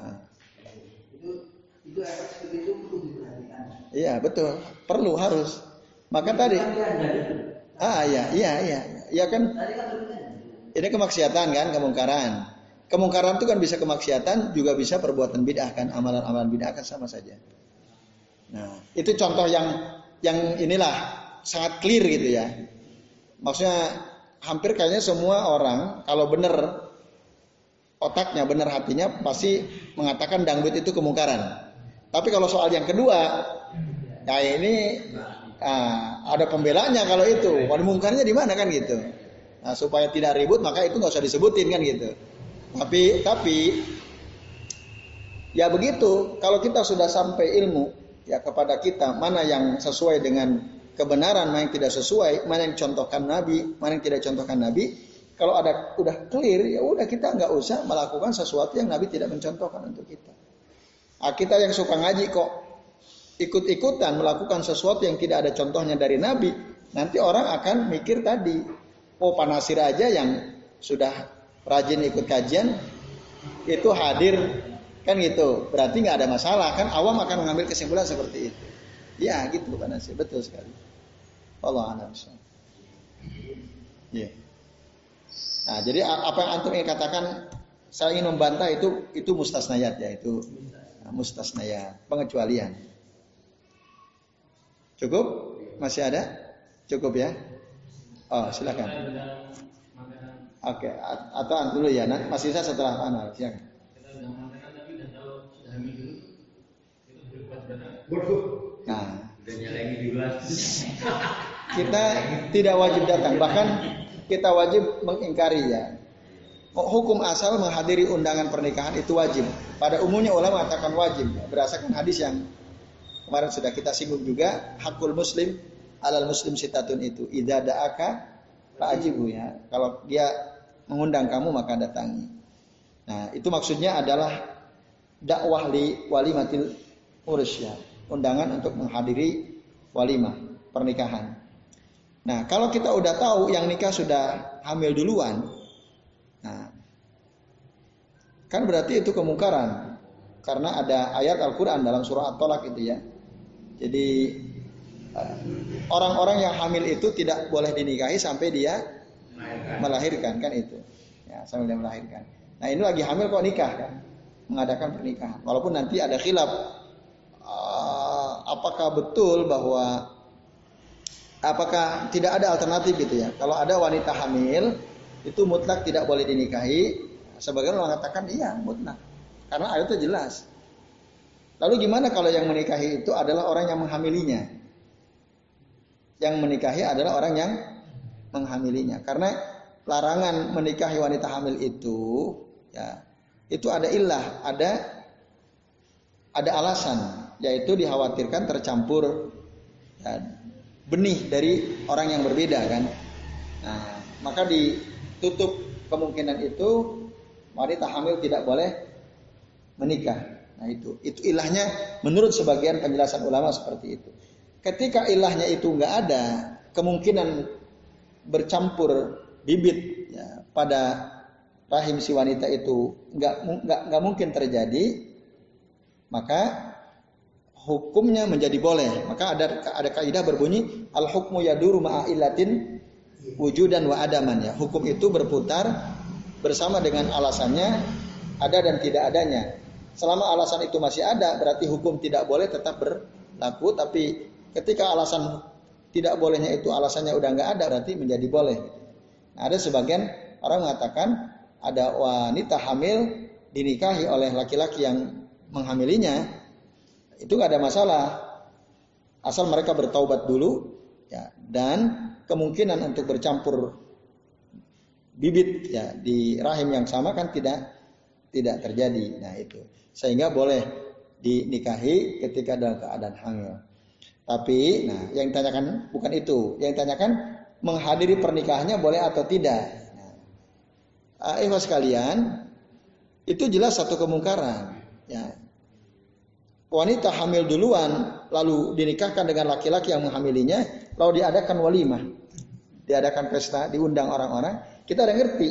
itu efek seperti itu perlu diperhatikan. Iya betul, perlu harus. Maka tadi. Iya kan. Ini kemaksiatan kan, kemungkaran. Kemungkaran itu kan bisa kemaksiatan, juga bisa perbuatan bid'ah kan, amalan-amalan bid'ah kan sama saja. Nah, itu contoh yang inilah sangat clear gitu ya. Maksudnya hampir kayaknya semua orang kalau benar otaknya, benar hatinya pasti mengatakan dangdut itu kemungkaran. Tapi kalau soal yang kedua, ya ini ada pembelanya kalau itu. Kalau mungkarnya di mana kan gitu. Nah, supaya tidak ribut maka itu nggak usah disebutin kan gitu. Tapi ya begitu. Kalau kita sudah sampai ilmu ya kepada kita mana yang sesuai dengan kebenaran, mana yang tidak sesuai, mana yang contohkan Nabi, mana yang tidak contohkan Nabi. Kalau ada udah clear ya udah kita nggak usah melakukan sesuatu yang Nabi tidak mencontohkan untuk kita. Kita yang suka ngaji kok ikut-ikutan melakukan sesuatu yang tidak ada contohnya dari Nabi, nanti orang akan mikir tadi, oh Pak Nasir aja yang sudah rajin ikut kajian itu hadir kan gitu, berarti nggak ada masalah kan, awam akan mengambil kesimpulan seperti itu. Ya gitu Pak Nasir, betul sekali. Allah a'lam. Ya. Nah jadi apa yang antum ingin katakan, saya ingin membantah itu mustasnayat ya, itu mustasnayat, pengecualian. Cukup? Masih ada? Cukup ya? Oh, silakan. Oke, atau dulu ya, Mas Isa setelah Anwar, silakan. Nah, kita tidak wajib datang, bahkan kita wajib mengingkari ya. Hukum asal menghadiri undangan pernikahan itu wajib. Pada umumnya ulama mengatakan wajib, berdasarkan hadis yang kemarin sudah kita singgung juga, hakul muslim alal muslim sitatun itu. Idza da'aka fa'ajibu ya. Kalau dia mengundang kamu maka datangi. Nah, itu maksudnya adalah dakwah li walimatil urus ya. Undangan untuk menghadiri walimah pernikahan. Nah, kalau kita udah tahu yang nikah sudah hamil duluan, nah, kan berarti itu kemungkaran. Karena ada ayat Al-Quran dalam surah At-Tolak itu ya. Jadi orang-orang yang hamil itu tidak boleh dinikahi sampai dia melahirkan kan itu. Ya, sampai dia melahirkan. Nah, ini lagi hamil kok nikah kan? Mengadakan pernikahan. Walaupun nanti ada khilaf apakah betul bahwa apakah tidak ada alternatif gitu ya. Kalau ada wanita hamil itu mutlak tidak boleh dinikahi. Sebagian orang mengatakan iya mutlak. Karena ayatnya jelas. Lalu gimana kalau yang menikahi itu adalah orang yang menghamilinya? Yang menikahi adalah orang yang menghamilinya. Karena larangan menikahi wanita hamil itu ya, itu ada illah, ada alasan, yaitu dikhawatirkan tercampur ya, benih dari orang yang berbeda kan. Nah, maka ditutup kemungkinan itu wanita hamil tidak boleh menikah. Nah, itu ilahnya menurut sebagian penjelasan ulama seperti itu. Ketika ilahnya itu enggak ada, kemungkinan bercampur bibit ya, pada rahim si wanita itu enggak mungkin terjadi, maka hukumnya menjadi boleh. Maka ada kaidah berbunyi al hukmu yaduru ma'a illatin wujudan wa adaman ya. Hukum itu berputar bersama dengan alasannya ada dan tidak adanya. Selama alasan itu masih ada, berarti hukum tidak boleh tetap berlaku. Tapi ketika alasan tidak bolehnya itu alasannya udah nggak ada, berarti menjadi boleh. Nah, ada sebagian orang mengatakan ada wanita hamil dinikahi oleh laki-laki yang menghamilinya, itu nggak ada masalah, asal mereka bertaubat dulu, ya, dan kemungkinan untuk bercampur bibit ya di rahim yang sama kan tidak terjadi. Nah itu, sehingga boleh dinikahi ketika dalam keadaan hamil. Tapi, nah yang ditanyakan bukan itu, yang ditanyakan menghadiri pernikahannya boleh atau tidak. Nah, sekalian, itu jelas satu kemungkaran. Ya. Wanita hamil duluan, lalu dinikahkan dengan laki-laki yang menghamilinya, lalu diadakan walimah, diadakan pesta, diundang orang-orang, kita udah ngerti.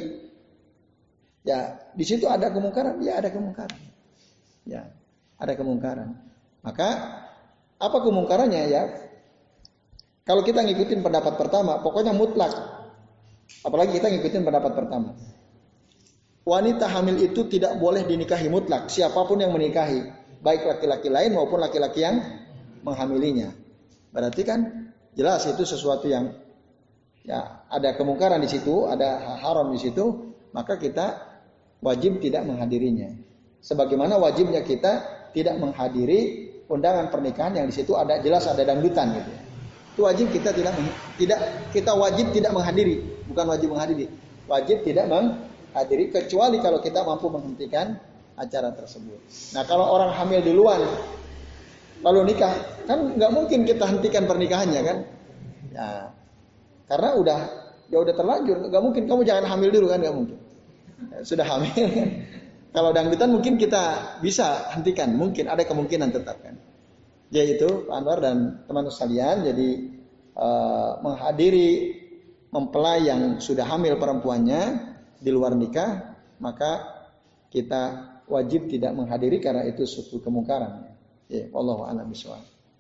Ya, di situ ada kemungkaran, ya ada kemungkaran. Ya, ada kemungkaran. Maka apa kemungkarannya ya? Kalau kita ngikutin pendapat pertama, pokoknya mutlak. Apalagi kita ngikutin pendapat pertama. Wanita hamil itu tidak boleh dinikahi mutlak, siapapun yang menikahi, baik laki-laki lain maupun laki-laki yang menghamilinya. Berarti kan jelas itu sesuatu yang ya ada kemungkaran di situ, ada haram di situ, maka kita wajib tidak menghadirinya. Sebagaimana wajibnya kita tidak menghadiri undangan pernikahan yang di situ ada jelas ada dangdutan gitu. Itu wajib kita kita wajib tidak menghadiri, bukan wajib menghadiri. Wajib tidak menghadiri kecuali kalau kita mampu menghentikan acara tersebut. Nah, kalau orang hamil duluan lalu nikah, kan nggak mungkin kita hentikan pernikahannya kan? Ya, karena udah terlanjur, nggak mungkin kamu jangan hamil dulu kan, nggak mungkin. Ya, sudah hamil kan? Kalau dangdutan mungkin kita bisa hentikan, mungkin ada kemungkinan tetap kan. Yaitu Pak Anwar dan teman-teman sekalian, jadi menghadiri mempelai yang sudah hamil perempuannya di luar nikah, maka kita wajib tidak menghadiri karena itu suatu kemungkaran. Ya, wallahu a'lam bishawab.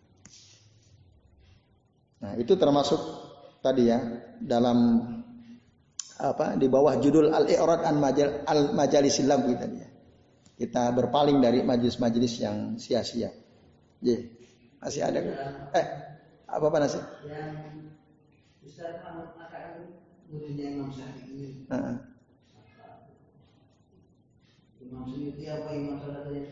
Nah, itu termasuk tadi ya dalam di bawah judul al-i'rad an majalisil lagwi tadi ya. kita berpaling dari majelis-majelis yang sia-sia. Masih ada kan? Apa nasi? Yang Ustaz mengatakan gurunya Imam Syafi'i. Imam Syafi'i apa Imam Syafi'i?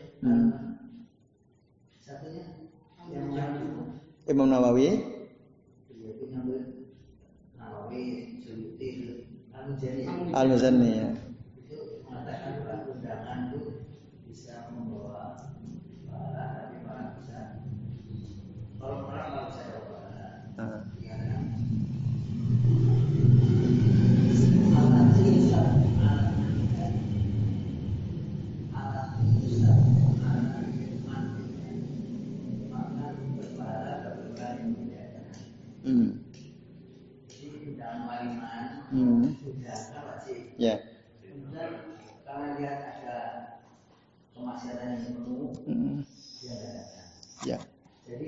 Satunya yang Imam Nawawi. Iya, Nawawi, Suyuti, Al-Muzani ya. Itu mengatakan bahwa undangan itu bisa membawa pahala, tapi malah bisa kalau orang nggak bisa dapat pahala. Ya. Kemudian karena lihat ada kemaksiatan yang penuh, dia tidak datang. Ya. Jadi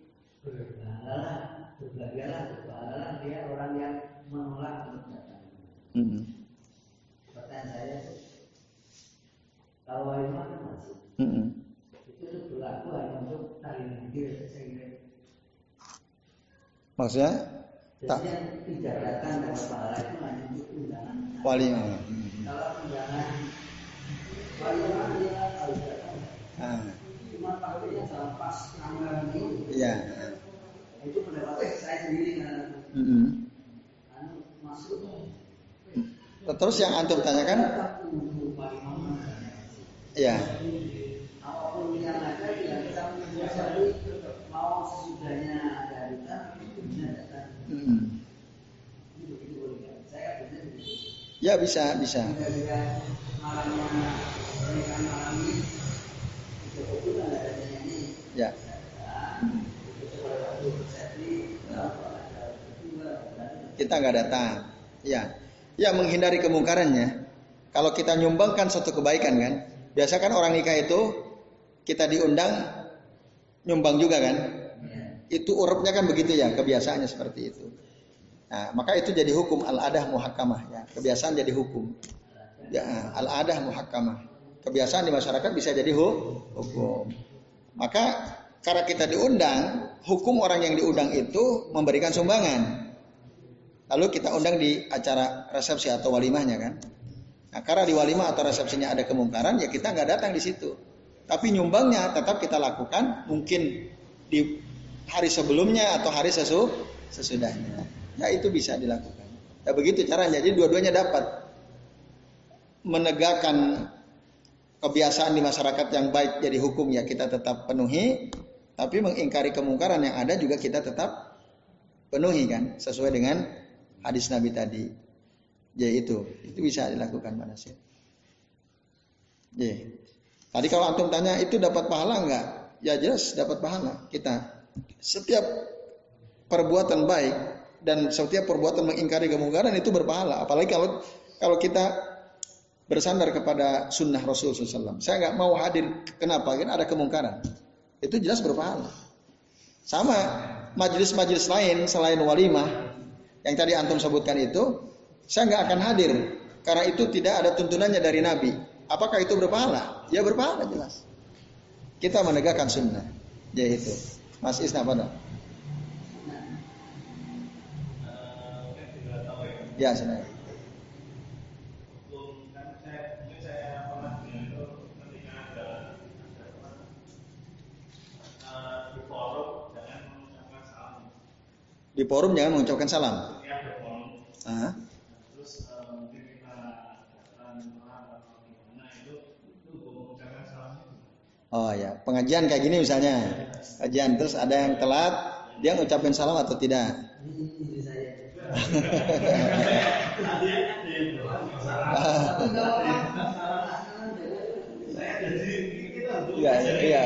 berbahagialah dia orang yang menolak untuk datang. Pertanyaan saya, kalau walimah kan masih, itu berlaku hanya untuk tahlilan zikir, saya kira. Maksudnya? Jadi yang tidak datang dapat pahala itu hanya untuk undangan walimah. Kalau undangan walimah dia harus datang. Cuma pakainya dalam pas ramalan ini. Iya. Itu pendapat saya sendiri kan. Masuk. Terus yang antum tanyakan? Iya. Apapun yang ada tidak bisa menjadi mau sesudahnya ada harutan itu bisa datang. Saya ya bisa. Ya. Kita nggak datang. Ya menghindari kemungkarannya. Kalau kita nyumbangkan suatu kebaikan kan, biasa kan orang nikah itu kita diundang nyumbang juga kan. Itu urupnya kan begitu ya, kebiasaannya seperti itu. Nah, maka itu jadi hukum al-adah muhakkamah ya. Kebiasaan jadi hukum. Ya, al-adah muhakkamah. Kebiasaan di masyarakat bisa jadi hukum. Maka karena kita diundang, hukum orang yang diundang itu memberikan sumbangan. Lalu kita undang di acara resepsi atau walimahnya kan. Nah, karena di walimah atau resepsinya ada kemungkaran, ya kita nggak datang di situ. Tapi nyumbangnya tetap kita lakukan, mungkin di hari sebelumnya atau hari sesudahnya. Ya itu bisa dilakukan. Ya begitu caranya. Jadi dua-duanya dapat menegakkan kebiasaan di masyarakat yang baik jadi hukum ya kita tetap penuhi, tapi mengingkari kemungkaran yang ada juga kita tetap penuhi kan sesuai dengan hadis Nabi tadi. Ya itu bisa dilakukan Pak Nasir. Ya. Tadi kalau antum tanya itu dapat pahala enggak? Ya jelas dapat pahala. Kita setiap perbuatan baik dan setiap perbuatan mengingkari kemungkaran itu berpahala. Apalagi kalau kita bersandar kepada sunnah Rasul SAW. Saya nggak mau hadir. Kenapa? Kan ada kemungkaran. Itu jelas berpahala. Sama majelis-majelis lain selain walimah yang tadi antum sebutkan itu, saya nggak akan hadir karena itu tidak ada tuntunannya dari Nabi. Apakah itu berpahala? Ya berpahala jelas. Kita menegakkan sunnah. Ya itu. Mas Isna pada. Ya sunnah. Di forum jangan mengucapkan salam. Terus mungkin kita atau gimana itu mengucapkan salam itu. Oh ya, pengajian kayak gini misalnya. Kajian terus ada yang telat, dia ngucapin salam atau tidak? Iya.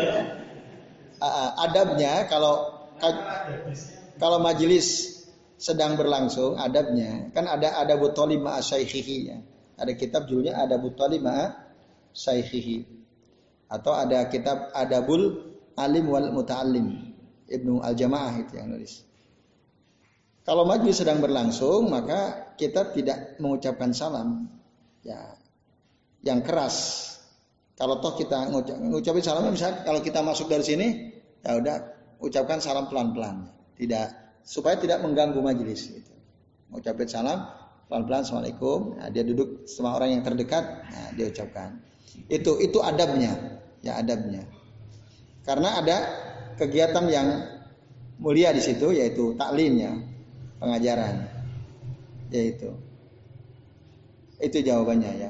Adabnya kalau majelis sedang berlangsung, adabnya kan ada adabut thalib ma'a syaikhihi ya. Ada kitab judulnya Adabut Thalib ma'a Syaikhihi atau ada kitab Adabul Alim wal Muta'allim Ibnu Al-Jamaah itu yang nulis. Kalau majelis sedang berlangsung maka kita tidak mengucapkan salam ya yang keras Kalau toh kita ngucapin salam, misalnya kalau kita masuk dari sini, ya udah ucapkan salam pelan-pelan, supaya tidak mengganggu majelis. Gitu. Ucapin salam pelan-pelan, assalamualaikum. Nah, dia duduk sama orang yang terdekat, nah, dia ucapkan. Itu adabnya, ya adabnya. Karena ada kegiatan yang mulia di situ, yaitu taklimnya, pengajaran, yaitu. Itu jawabannya ya.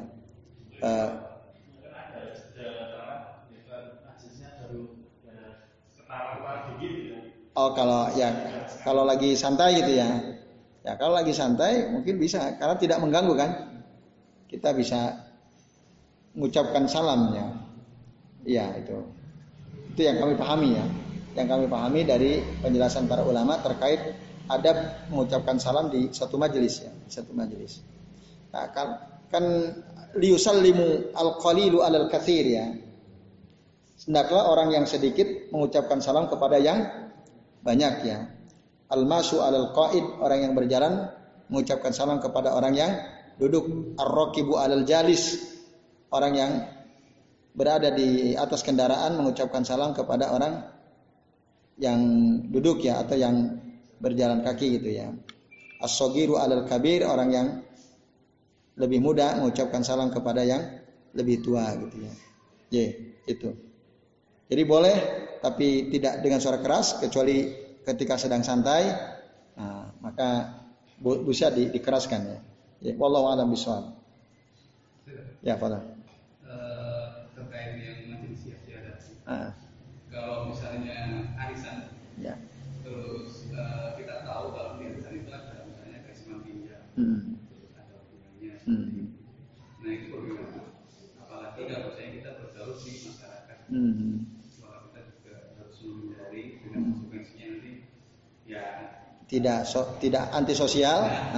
Oh kalau lagi santai gitu ya. Ya kalau lagi santai mungkin bisa, karena tidak mengganggu kan. Kita bisa mengucapkan salamnya. Iya itu yang kami pahami ya. Yang kami pahami dari penjelasan para ulama terkait adab mengucapkan salam di satu majelis ya, di satu majelis. Nah, kan liyusallimu al-qalilu alal katsir ya. Hendaklah orang yang sedikit mengucapkan salam kepada yang banyak ya. Al-masyu alal qa'id, orang yang berjalan mengucapkan salam kepada orang yang duduk. Ar-raqibu alal jalis, orang yang berada di atas kendaraan mengucapkan salam kepada orang yang duduk ya, atau yang berjalan kaki gitu ya. As-saghiru alal kabir, orang yang lebih muda mengucapkan salam kepada yang lebih tua gitu ya. Itu. Jadi boleh, tapi tidak dengan suara keras, kecuali ketika sedang santai. Nah, maka bisa dikeraskan ya. Wallahu a'lam bishawab. Ya, Fadhil. Terkait yang majelis istiadat. Kalau misalnya arisan, ya. Terus kita tahu kalau di arisan itu ada misalnya kayak simpan pinjam, terus ada hubungannya. Nah itu bagaimana? Apalagi kalau misalnya kita bergaul di masyarakat, bahwa kita juga harus menghindari dengan konsekuensinya nanti ya tidak antisosial.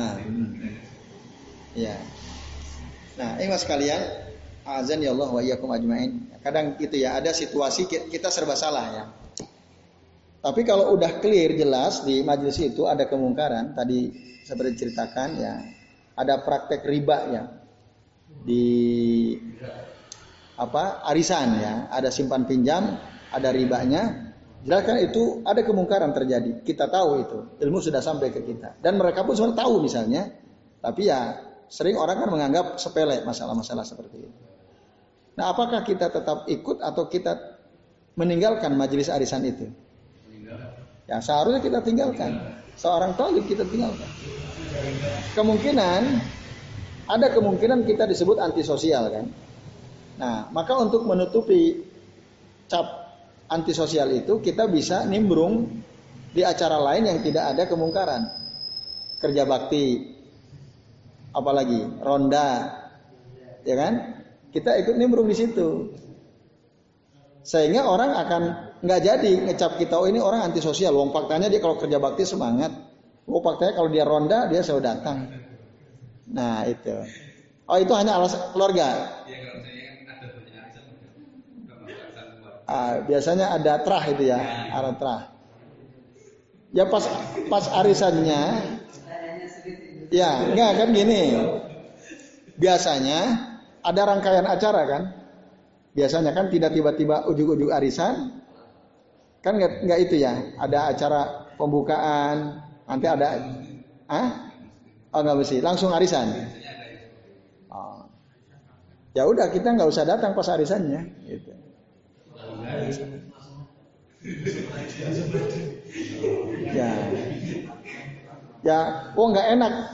Ya. Nah, mas sekalian, azan ya Allah wa iyyakum ajmain. Kadang gitu ya, ada situasi kita serba salah ya. Tapi kalau udah clear jelas di majelis itu ada kemungkaran, tadi seperti ceritakan ya, ada praktek riba ya di arisan ya, ada simpan pinjam, ada ribanya. Jelas kan itu ada kemungkaran terjadi. Kita tahu itu, ilmu sudah sampai ke kita. Dan mereka pun sebenarnya tahu misalnya, tapi ya sering orang kan menganggap sepele masalah-masalah seperti itu. Nah, apakah kita tetap ikut atau kita meninggalkan majelis arisan itu? Ya, seharusnya kita tinggalkan. Seorang thalib kita tinggalkan. Ada kemungkinan kita disebut antisosial kan. Nah, maka untuk menutupi cap antisosial itu, kita bisa nimbrung di acara lain yang tidak ada kemungkaran. Kerja bakti, apalagi ronda, ya kan? Kita ikut nimbrung di situ, sehingga orang akan nggak jadi ngecap kita, oh ini orang antisosial. Wong faktanya dia kalau kerja bakti semangat, wong faktanya kalau dia ronda dia selalu datang. Nah itu, itu hanya alasan keluarga. Biasanya ada terah itu ya, ada terah. Ya pas arisannya, ya nggak kan gini. Biasanya ada rangkaian acara kan, biasanya kan tidak tiba-tiba ujung-ujung arisan, kan nggak itu ya, ada acara pembukaan, nanti ada, nggak mesti, langsung arisan. Ya udah kita nggak usah datang pas arisannya, gitu. Nggak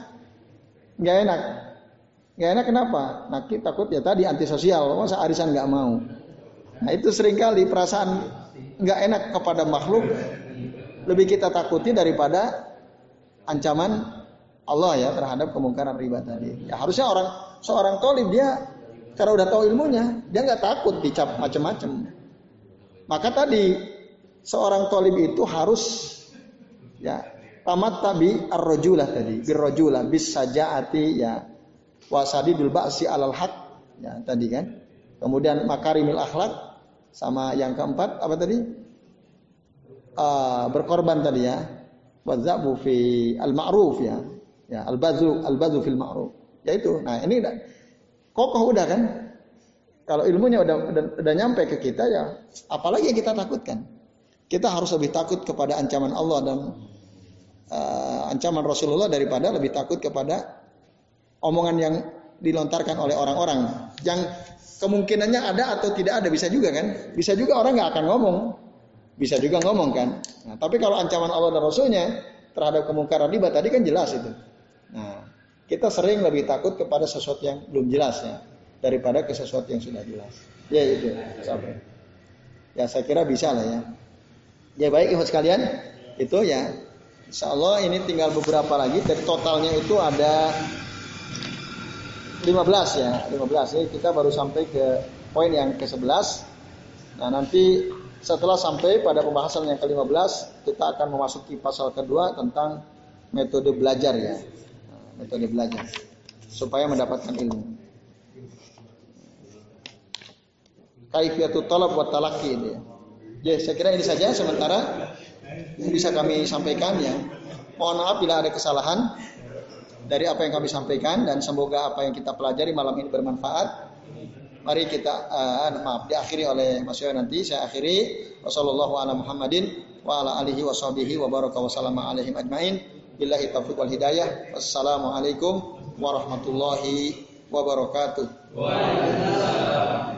enak kenapa? Nah kita takut ya tadi antisosial, masa arisan nggak mau. Nah itu seringkali perasaan nggak enak kepada makhluk lebih kita takuti daripada ancaman Allah ya terhadap kemungkaran riba tadi. Ya harusnya seorang thalib dia karena udah tahu ilmunya, dia nggak takut dicap macam-macam. Maka tadi seorang thalib itu harus ya tamat tabi ar-rajulah tadi, bir-rajulah bis sajaati ya wasadidul ba'si alal haq ya tadi kan. Kemudian makarimil akhlak, sama yang keempat apa tadi? Berkorban tadi ya. Wadzabu fi al-ma'ruf ya. Al-badzu fil ma'ruf. Ya itu. Nah, ini kokoh udah kan? Kalau ilmunya udah nyampe ke kita ya, apalagi yang kita takutkan. Kita harus lebih takut kepada ancaman Allah dan ancaman Rasulullah daripada lebih takut kepada omongan yang dilontarkan oleh orang-orang yang kemungkinannya ada atau tidak ada. Bisa juga kan? Bisa juga orang nggak akan ngomong, bisa juga ngomong kan. Nah, tapi kalau ancaman Allah dan Rasulnya terhadap kemungkaran riba tadi kan jelas itu. Nah, kita sering lebih takut kepada sesuatu yang belum jelas ya daripada ke sesuatu yang sudah jelas. Ya itu sampai. Ya saya kira bisa lah ya. Ya baik ikhwan sekalian, itu ya. Insyaallah ini tinggal beberapa lagi. Dari totalnya itu ada 15 ya, 15. Jadi kita baru sampai ke poin yang ke-11. Nah, nanti setelah sampai pada pembahasan yang ke-15, kita akan memasuki pasal kedua tentang metode belajar ya. Metode belajar supaya mendapatkan ilmu. Kaifiyatut talab wa talaqi ini. Ya, saya kira ini saja sementara yang bisa kami sampaikan ya. Mohon maaf bila ada kesalahan dari apa yang kami sampaikan dan semoga apa yang kita pelajari malam ini bermanfaat. Mari kita diakhiri oleh Mas Yoyo nanti. Saya akhiri wassallallahu ala Muhammadin wa ala alihi washabihi wa baraka wa sallama alaihim ajmain. Billahi taufiq wal hidayah. Wassalamualaikum warahmatullahi wabarakatuh. Waalaikumsalam.